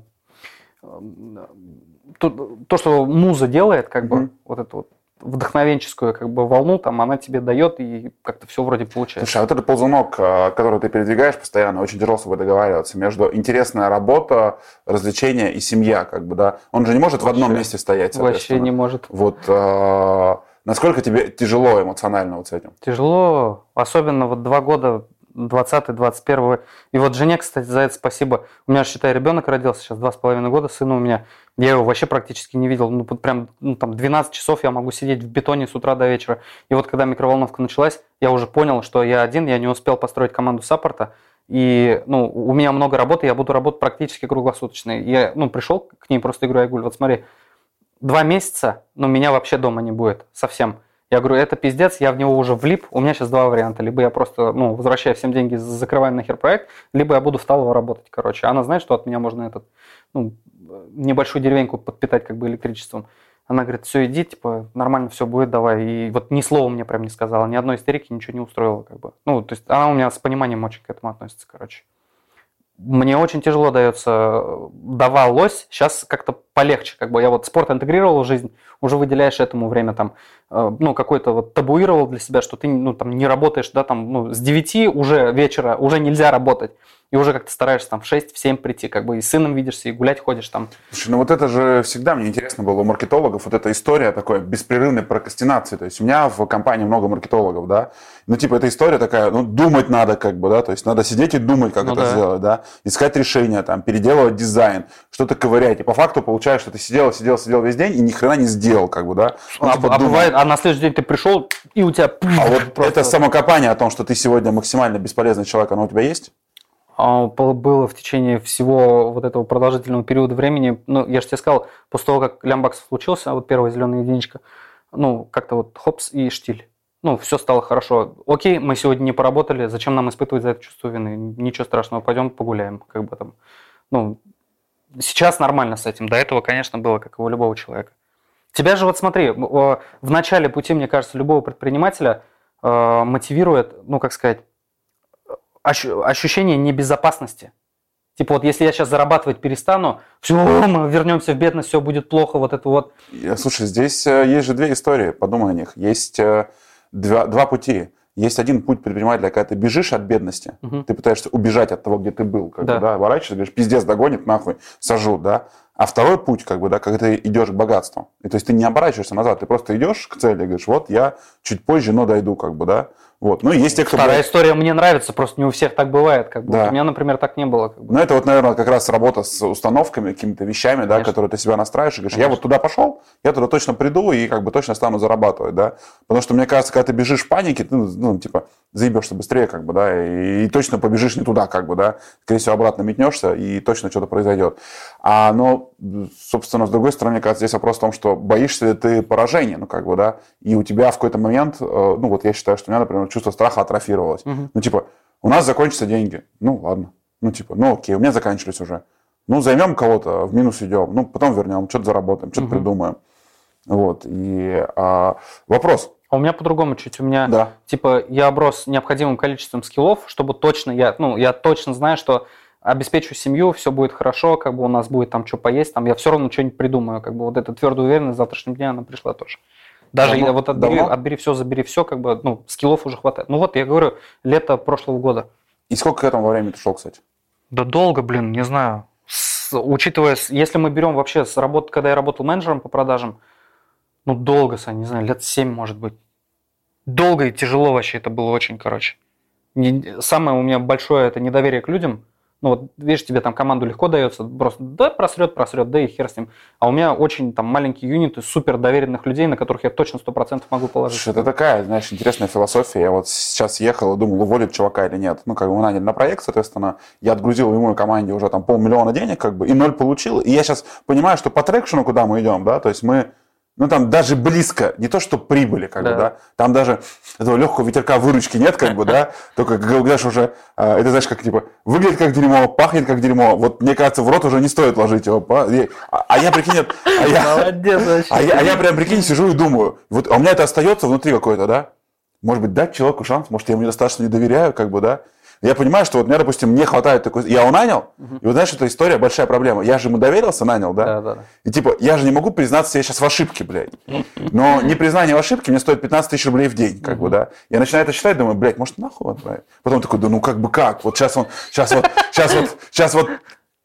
то, то что муза делает, как бы, mm-hmm. вот эту вот вдохновенческую как бы волну, там она тебе дает, и как-то все вроде получается. Слушай, а вот этот ползунок, который ты передвигаешь постоянно, очень тяжело с собой договариваться между интересная работа, развлечение и семья, как бы, да? Он же не может вообще, в одном месте стоять, вообще не может. Вот а, насколько тебе тяжело эмоционально вот с этим? Тяжело, особенно вот два года, двадцатый, двадцать первый. И вот жене, кстати, за это спасибо. У меня, считай, ребенок родился сейчас два с половиной года, сына у меня. Я его вообще практически не видел. Ну, прям, ну, там, двенадцать часов я могу сидеть в бетоне с утра до вечера. И вот когда микроволновка началась, я уже понял, что я один, я не успел построить команду саппорта. И, ну, у меня много работы, я буду работать практически круглосуточно. Я, ну, пришел к ней, просто говорю, Айгуль, вот смотри, два месяца, ну, меня вообще дома не будет совсем. Я говорю, это пиздец, я в него уже влип, у меня сейчас два варианта. Либо я просто, ну, возвращаю всем деньги, закрываю нахер проект, либо я буду в Талово работать, короче. Она знает, что от меня можно этот, ну, небольшую деревеньку подпитать как бы электричеством. Она говорит, все, иди, типа, нормально все будет, давай. И вот ни слова мне прям не сказала, ни одной истерики, ничего не устроила, как бы. Ну, то есть она у меня с пониманием очень к этому относится, короче. Мне очень тяжело дается, давалось, сейчас как-то полегче. Как бы я вот спорт интегрировал в жизнь, уже выделяешь этому время там, ну, какой-то вот табуировал для себя, что ты, ну, там не работаешь, да, там, ну, с девяти уже вечера уже нельзя работать. И уже как-то стараешься там в шесть, в семь прийти, как бы и с сыном видишься, и гулять ходишь там. Слушай, ну вот это же всегда мне интересно было у маркетологов, вот эта история такой беспрерывной прокрастинации. То есть у меня в компании много маркетологов, да, ну типа эта история такая, ну думать надо как бы, да, то есть надо сидеть и думать, как ну, это да. сделать, да, искать решения, там, переделывать дизайн, что-то ковырять. И по факту получается, что ты сидел, сидел, сидел весь день и ни хрена не сделал, как бы, да. Ну, а, типа, а, бывает, а на следующий день ты пришел, и у тебя... А вот просто... это самокопание о том, что ты сегодня максимально бесполезный человек, оно у тебя есть? Было в течение всего вот этого продолжительного периода времени, ну, я же тебе сказал, после того, как Лямбаксов случился, вот первая зеленая единичка, ну, как-то вот хопс и штиль. Ну, все стало хорошо. Окей, мы сегодня не поработали, зачем нам испытывать за это чувство вины? Ничего страшного, пойдем погуляем, как бы там. Ну, сейчас нормально с этим. До этого, конечно, было, как и у любого человека. Тебя же вот смотри, в начале пути, мне кажется, любого предпринимателя мотивирует, ну, как сказать, ощущение небезопасности. Типа вот если я сейчас зарабатывать перестану, все, мы вернемся в бедность, все будет плохо, вот это вот. Слушай, здесь есть же две истории, подумай о них. Есть два, два пути. Есть один путь предпринимателя, когда ты бежишь от бедности, угу. ты пытаешься убежать от того, где ты был, как да. бы, да, оборачиваешься, говоришь, пиздец догонит, нахуй, сажу, да. А второй путь, как бы, да, когда ты идешь к богатству. И то есть ты не оборачиваешься назад, ты просто идешь к цели и говоришь, вот я чуть позже, но дойду, как бы, да. Вот. Ну, есть те, кто... Вторая будет... история мне нравится, просто не у всех так бывает. Как бы. Да. Вот у меня, например, так не было. Как бы. Ну, это вот, наверное, как раз работа с установками, какими-то вещами, да, которые ты себя настраиваешь и говоришь, Конечно. я вот туда пошел, я туда точно приду и как бы точно стану зарабатывать, да. Потому что, мне кажется, когда ты бежишь в панике, ты, ну, типа, заебешься быстрее, как бы, да, и, и точно побежишь не туда, как бы, да. Скорее всего, обратно метнешься, и точно что-то произойдет. А, но, собственно, с другой стороны, мне кажется, здесь вопрос в том, что боишься ли ты поражения, ну, как бы, да, и у тебя в какой-то момент, ну, вот я считаю, что у меня, например, чувство страха атрофировалось. Угу. Ну, типа, у нас закончатся деньги. Ну, ладно. Ну, типа, ну, окей, у меня заканчивались уже. Ну, займем кого-то, в минус идем. Ну, потом вернем, что-то заработаем, что-то угу. придумаем. Вот. И а, вопрос. А у меня по-другому чуть. У меня, да. типа, я оброс необходимым количеством скиллов, чтобы точно, я, ну, я точно знаю, что обеспечу семью, все будет хорошо, как бы у нас будет там что поесть, там я все равно что-нибудь придумаю. Как бы вот эта твердая уверенность в завтрашнем дне, она пришла тоже. Даже давно, вот отбери, отбери все, забери все, как бы, ну, скиллов уже хватает. Ну вот, я говорю, лето прошлого года. И сколько к этому времени ты шел, кстати? Да долго, блин, не знаю. С, учитывая, если мы берем вообще с работы, когда я работал менеджером по продажам, ну, долго, Сань, не знаю, лет семь, может быть. Долго и тяжело вообще это было очень, короче. Не, самое у меня большое это недоверие к людям. Ну вот, видишь, тебе там команду легко дается, просто да, просрет, просрет, да и хер с ним. А у меня очень там маленькие юниты супер доверенных людей, на которых я точно сто процентов могу положить. Слушай, это такая, знаешь, интересная философия. Я вот сейчас ехал и думал, уволить чувака или нет. Ну, как бы мы наняли на проект, соответственно, я отгрузил ему и команде уже там полмиллиона денег, как бы, и ноль получил. И я сейчас понимаю, что по трекшену, куда мы идем, да, то есть мы... Ну, там даже близко, не то, что прибыли, как да. бы, да, там даже этого легкого ветерка выручки нет, как бы, да, только, знаешь, уже, это, знаешь, как, типа, выглядит как дерьмо, пахнет как дерьмо, вот, мне кажется, в рот уже не стоит ложить его, а, а я, прикинь, а я, Молодец, а я, а я прям, прикинь, сижу и думаю, вот, а у меня это остается внутри какое-то, да, может быть, дать человеку шанс, может, я ему недостаточно не доверяю, как бы, да. Я понимаю, что вот мне, допустим, не хватает такой... Я его нанял, uh-huh. и вот знаешь, эта история большая проблема. Я же ему доверился, нанял, да? Да, да, да. И типа, я же не могу признаться себе сейчас в ошибке, блядь. Но не признание в ошибке мне стоит пятнадцать тысяч рублей в день, как uh-huh. бы, да? Я начинаю это считать, думаю, блядь, может, нахуй отправить? Потом такой, да ну как бы как? Вот сейчас он, сейчас вот, сейчас вот, сейчас вот...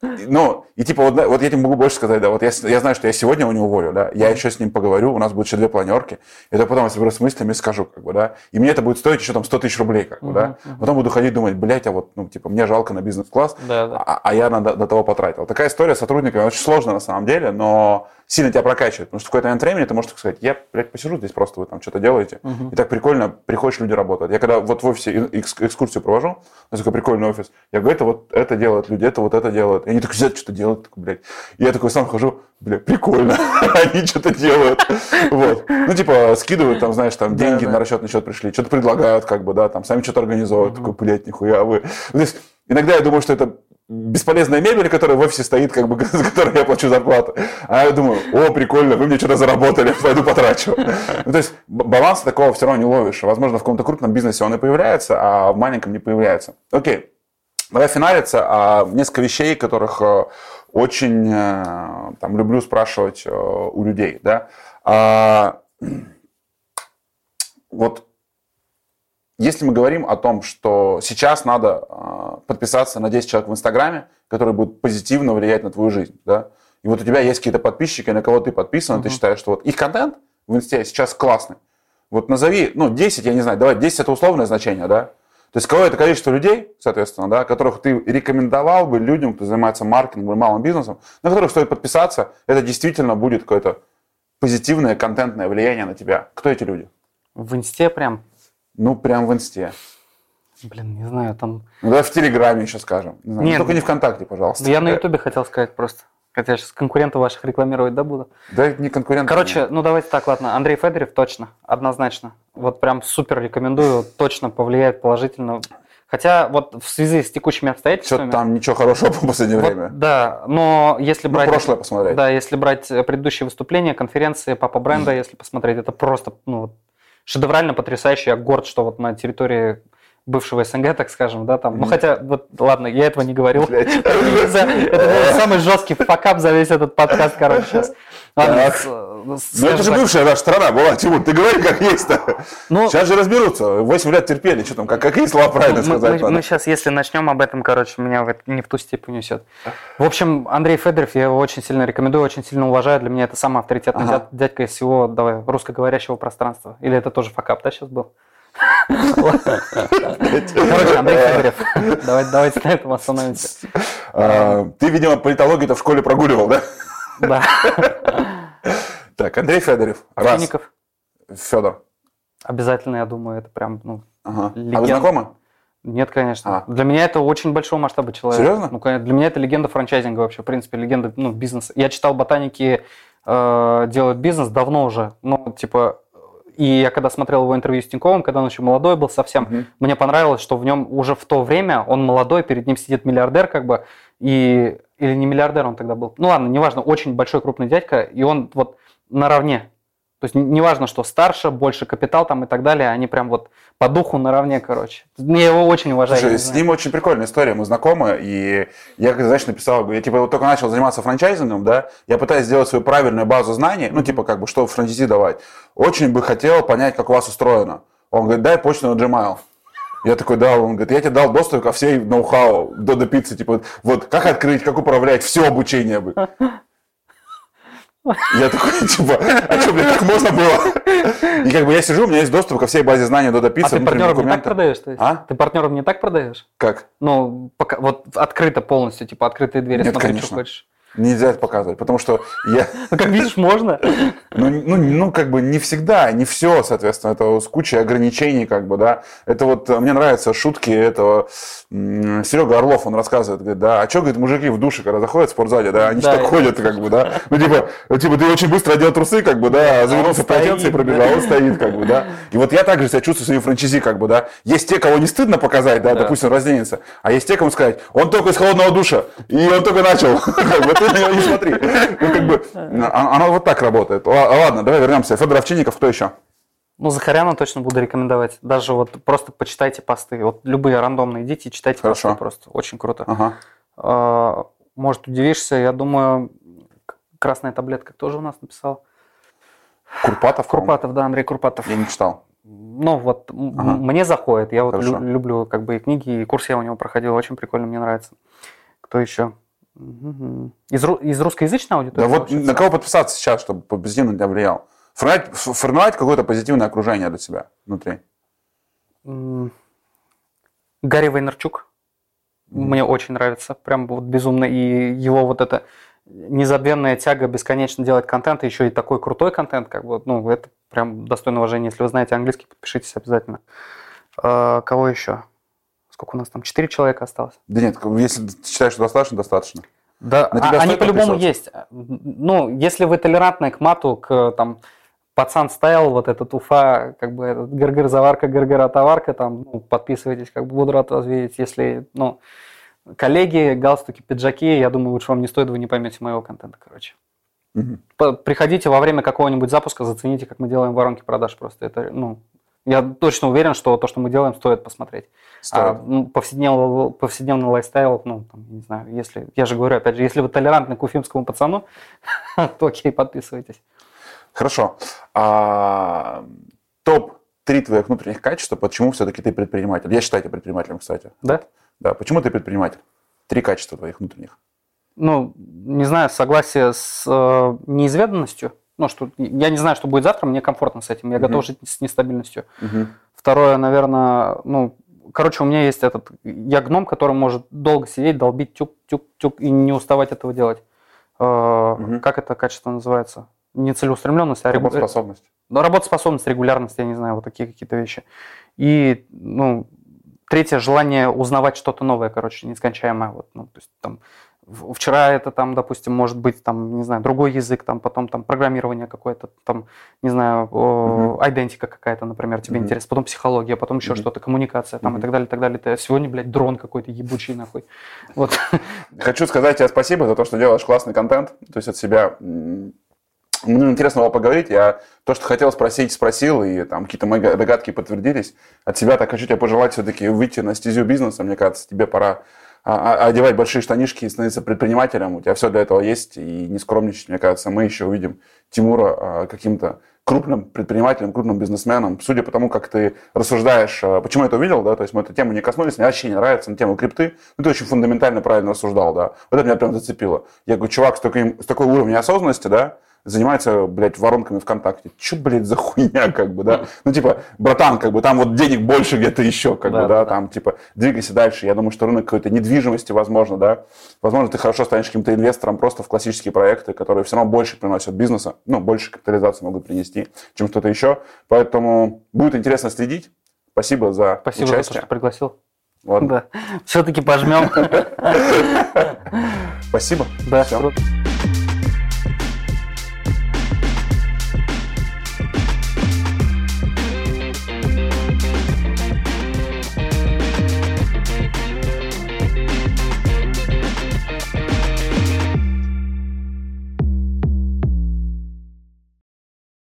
Ну, и типа, вот, вот я тебе могу больше сказать, да, вот я, я знаю, что я сегодня его не уволю, да, я еще с ним поговорю, у нас будет еще две планерки, и то потом я соберусь с мыслями и скажу, как бы, да, и мне это будет стоить еще там сто тысяч рублей, как бы, да, uh-huh. потом буду ходить думать, блядь, а вот, ну, типа, мне жалко на бизнес-класс, да, да. А, а я на, до того потратил. Такая история с сотрудниками очень сложная на самом деле, но сильно тебя прокачивает, потому что в какой-то момент времени ты можешь сказать, я, блядь, посижу здесь, просто вы там что-то делаете, uh-huh. и так прикольно, приходишь, люди работают. Я когда вот в офисе экскурсию провожу, это такой прикольный офис, я говорю, это вот это делают люди, это вот это делают, и они такие сидят, что-то делают, такой, блядь. И я такой сам хожу, блядь, прикольно, они что-то делают, вот. Ну, типа, скидывают, там, знаешь, там, деньги на расчетный счет пришли, что-то предлагают, как бы, да, там, сами что-то организовывают, такой, блядь, нихуя вы. То есть, иногда я думаю, что это бесполезная мебель, которая в офисе стоит, как бы, за которую я плачу зарплату. А я думаю, о, прикольно, вы мне что-то заработали, пойду потрачу. Ну, то есть баланса такого все равно не ловишь. Возможно, в каком-то крупном бизнесе он и появляется, а в маленьком не появляется. Окей. Давай финалиться. А несколько вещей, которых очень там, люблю спрашивать у людей. Да? А, вот если мы говорим о том, что сейчас надо подписаться на десять человек в Инстаграме, которые будут позитивно влиять на твою жизнь, да? И вот у тебя есть какие-то подписчики, на кого ты подписан, uh-huh. ты считаешь, что вот их контент в Инсте сейчас классный. Вот назови, ну, десять, я не знаю, давай, десять это условное значение, да? То есть какое-то количество людей, соответственно, да, которых ты рекомендовал бы людям, кто занимается маркетингом и малым бизнесом, на которых стоит подписаться, это действительно будет какое-то позитивное контентное влияние на тебя. Кто эти люди? В Инсте прям? Ну, прям в Инсте. Блин, не знаю, там... Ну, давай в Телеграме еще скажем. Не знаю, Нет, только не ВКонтакте, пожалуйста. Я на Ютубе хотел сказать просто. Хотя я сейчас конкурентов ваших рекламировать, да, буду? Да, это не конкурент. Короче, ну давайте так, ладно. Андрей Федорев точно, однозначно. Вот прям супер рекомендую, точно повлияет положительно. Хотя вот в связи с текущими обстоятельствами... Что-то там ничего хорошего в последнее вот, время. Да, но если брать... Ну, прошлое посмотреть. Да, если брать предыдущие выступления, конференции, папа бренда, mm. если посмотреть, это просто ну, шедеврально потрясающе. Я горд, что вот на территории... бывшего СНГ, так скажем, да, там. Ну, хотя, вот, ладно, я этого не говорил. Это был самый жесткий факап за весь этот подкаст, короче, сейчас. Ну, это же бывшая наша страна была, Тимур, ты говори, как есть-то. Сейчас же разберутся, восемь лет терпели, что там, какие слова правильно сказать надо. Мы сейчас, если начнем об этом, короче, меня не в ту степь унесет. В общем, Андрей Федорев, я его очень сильно рекомендую, очень сильно уважаю. Для меня это самый авторитетный дядька из всего, давай, русскоговорящего пространства. Или это тоже факап, да, сейчас был? Короче, Андрей Федорев. Давайте, давайте на этом остановимся. Ты, видимо, политологию-то в школе прогуливал, да? Да. Так, Андрей Федорев. Раз. Фиников. Федор. Обязательно, я думаю, это прям, ну, ага. А вы знакомы? Нет, конечно. А. Для меня это очень большого масштаба человек. Серьезно? Ну, для меня это легенда франчайзинга вообще, в принципе, легенда ну, бизнеса. Я читал «Ботаники э, делают бизнес» давно уже. Ну, типа... И я когда смотрел его интервью с Тиньковым, когда он еще молодой был совсем, mm-hmm. мне понравилось, что в нем уже в то время, он молодой, перед ним сидит миллиардер как бы, и, или не миллиардер он тогда был, ну ладно, неважно, очень большой крупный дядька, и он вот наравне. То есть неважно, что старше, больше капитал там и так далее, они прям вот по духу наравне, короче. Я его очень уважаю. Слушай, с ним очень прикольная история, мы знакомы, и я, как знаешь, написал, я типа вот только начал заниматься франчайзингом, да, я пытаюсь сделать свою правильную базу знаний, ну типа как бы, что в франчайзи давать. Очень бы хотел понять, как у вас устроено. Он говорит, дай почту на Gmail. Я такой дал, он говорит, я тебе дал доступ ко всей ноу-хау Додо Пиццы, типа вот как открыть, как управлять, все обучение бы. Я такой, типа, а что, блин, так можно было? И как бы я сижу, у меня есть доступ ко всей базе знаний Додо Пиццы. А ты партнерам не так продаешь? То есть? А? Ты партнерам не так продаешь? Как? Ну, пока, вот открыто полностью, типа, открытые двери, Нет, смотри, конечно. что хочешь. Нельзя это показывать, потому что я... Ну, как видишь, можно. Ну, ну, ну, как бы не всегда, не все, соответственно, это с кучей ограничений, как бы, да. Это вот, мне нравятся шутки этого, Серега Орлов, он рассказывает, говорит, да, а что, говорит, мужики в душе, когда заходят в спортзале, да, они да, же так ходят, как бы, да. Ну, типа, типа, ты очень быстро одел трусы, как бы, да, завернулся в полотенце и пробежал, да. Он стоит, как бы, да. И вот я также себя чувствую своим франчайзи, как бы, да. Есть те, кого не стыдно показать, да, да. допустим, разденется, а есть те, кому сказать, он только из холодного душа, и он только начал, как бы, ты на него не смотри. Ну, как бы, оно вот так работает. Ладно, давай вернемся. Федор Овчинников, кто еще? Ну, Захаряна точно буду рекомендовать. Даже вот просто почитайте посты. Вот любые рандомные идите и читайте Хорошо. посты просто. Очень круто. Ага. Может, удивишься, я думаю, «Красная таблетка» тоже у нас написал. Курпатов? Курпатов, да, Андрей Курпатов. Я не читал. Ну, вот, ага. мне заходит. Я вот лю- люблю как бы и книги, и курс я у него проходил. Очень прикольно, мне нравится. Кто еще? Из, из русскоязычной аудитории? Да вот на кого подписаться сейчас, чтобы позитивно на тебя влиял? Формировать, формировать какое-то позитивное окружение для себя внутри. Гарри Вайнерчук. Mm-hmm. Мне очень нравится. Прям вот безумно. И его вот эта незабвенная тяга бесконечно делать контент, и еще и такой крутой контент, как бы, ну, это прям достойно уважения. Если вы знаете английский, подпишитесь обязательно. А, кого еще? Сколько у нас там? Четыре человека осталось? Да нет, если ты считаешь, что достаточно, достаточно. Да, а, они по-любому есть. Ну, если вы толерантны к мату, к там пацан стайл, вот этот Уфа, как бы этот гыр-гыр-заварка, гыр-гыра-товарка, там, ну, подписывайтесь, как бы буду рад вас видеть. Если, ну, коллеги, галстуки, пиджаки, я думаю, лучше вам не стоит, вы не поймете моего контента, короче. Угу. Приходите во время какого-нибудь запуска, зацените, как мы делаем воронки продаж просто. Это, ну, Я точно уверен, что то, что мы делаем, стоит посмотреть. Стоит. А, ну, повседневный, повседневный лайфстайл, ну, там, не знаю, если, я же говорю, опять же, если вы толерантны к уфимскому пацану, то окей, подписывайтесь. Хорошо. А, топ три твоих внутренних качества, почему все-таки ты предприниматель? Я считаю тебя предпринимателем, кстати. Да? Да. Почему ты предприниматель? Три качества твоих внутренних. Ну, не знаю, согласие с э, неизведанностью. Ну, что я не знаю, что будет завтра, мне комфортно с этим, я uh-huh. готов жить с нестабильностью. Uh-huh. Второе, наверное, ну, короче, у меня есть этот, я гном, который может долго сидеть, долбить, тюк-тюк-тюк и не уставать этого делать. Э, uh-huh. Как это качество называется? Не целеустремленность, а работоспособность. Регу... Работоспособность, регулярность, я не знаю, вот такие какие-то вещи. И, ну, третье, желание узнавать что-то новое, короче, нескончаемое. Вот, ну, то есть, там, вчера это, там, допустим, может быть, там, не знаю, другой язык, там, потом там, программирование какое-то, там, не знаю, uh-huh. идентика какая-то, например, тебе uh-huh. интересно, потом психология, потом еще uh-huh. что-то, коммуникация, там, uh-huh. и так далее, и так далее. Ты сегодня, блядь, дрон какой-то ебучий, нахуй. Вот. Хочу сказать тебе спасибо за то, что делаешь классный контент, то есть от себя... Мне интересно было поговорить, я то, что хотел спросить, спросил, и там какие-то мои догадки подтвердились. От себя так хочу тебе пожелать все-таки выйти на стезю бизнеса, мне кажется, тебе пора одевать большие штанишки и становиться предпринимателем, у тебя все для этого есть, и не скромничать, мне кажется, мы еще увидим Тимура каким-то крупным предпринимателем, крупным бизнесменом, судя по тому, как ты рассуждаешь, почему я это увидел, да, то есть мы эту тему не коснулись, мне вообще не нравится на тему крипты, но ты очень фундаментально правильно рассуждал, да, вот это меня прям зацепило. Я говорю, чувак с такой, с такой уровнем осознанности, да, занимается, блядь, воронками ВКонтакте. Че, блядь, за хуйня, как бы, да? Ну, типа, братан, как бы, там вот денег больше где-то еще, как да, бы, да, да, там, типа, двигайся дальше. Я думаю, что рынок какой-то недвижимости, возможно, да. Возможно, ты хорошо станешь каким-то инвестором просто в классические проекты, которые все равно больше приносят бизнеса, ну, больше капитализации могут принести, чем что-то еще. Поэтому будет интересно следить. Спасибо за Спасибо участие. за то, что пригласил. Ладно. Да. Все-таки пожмем. Спасибо. Да, круто.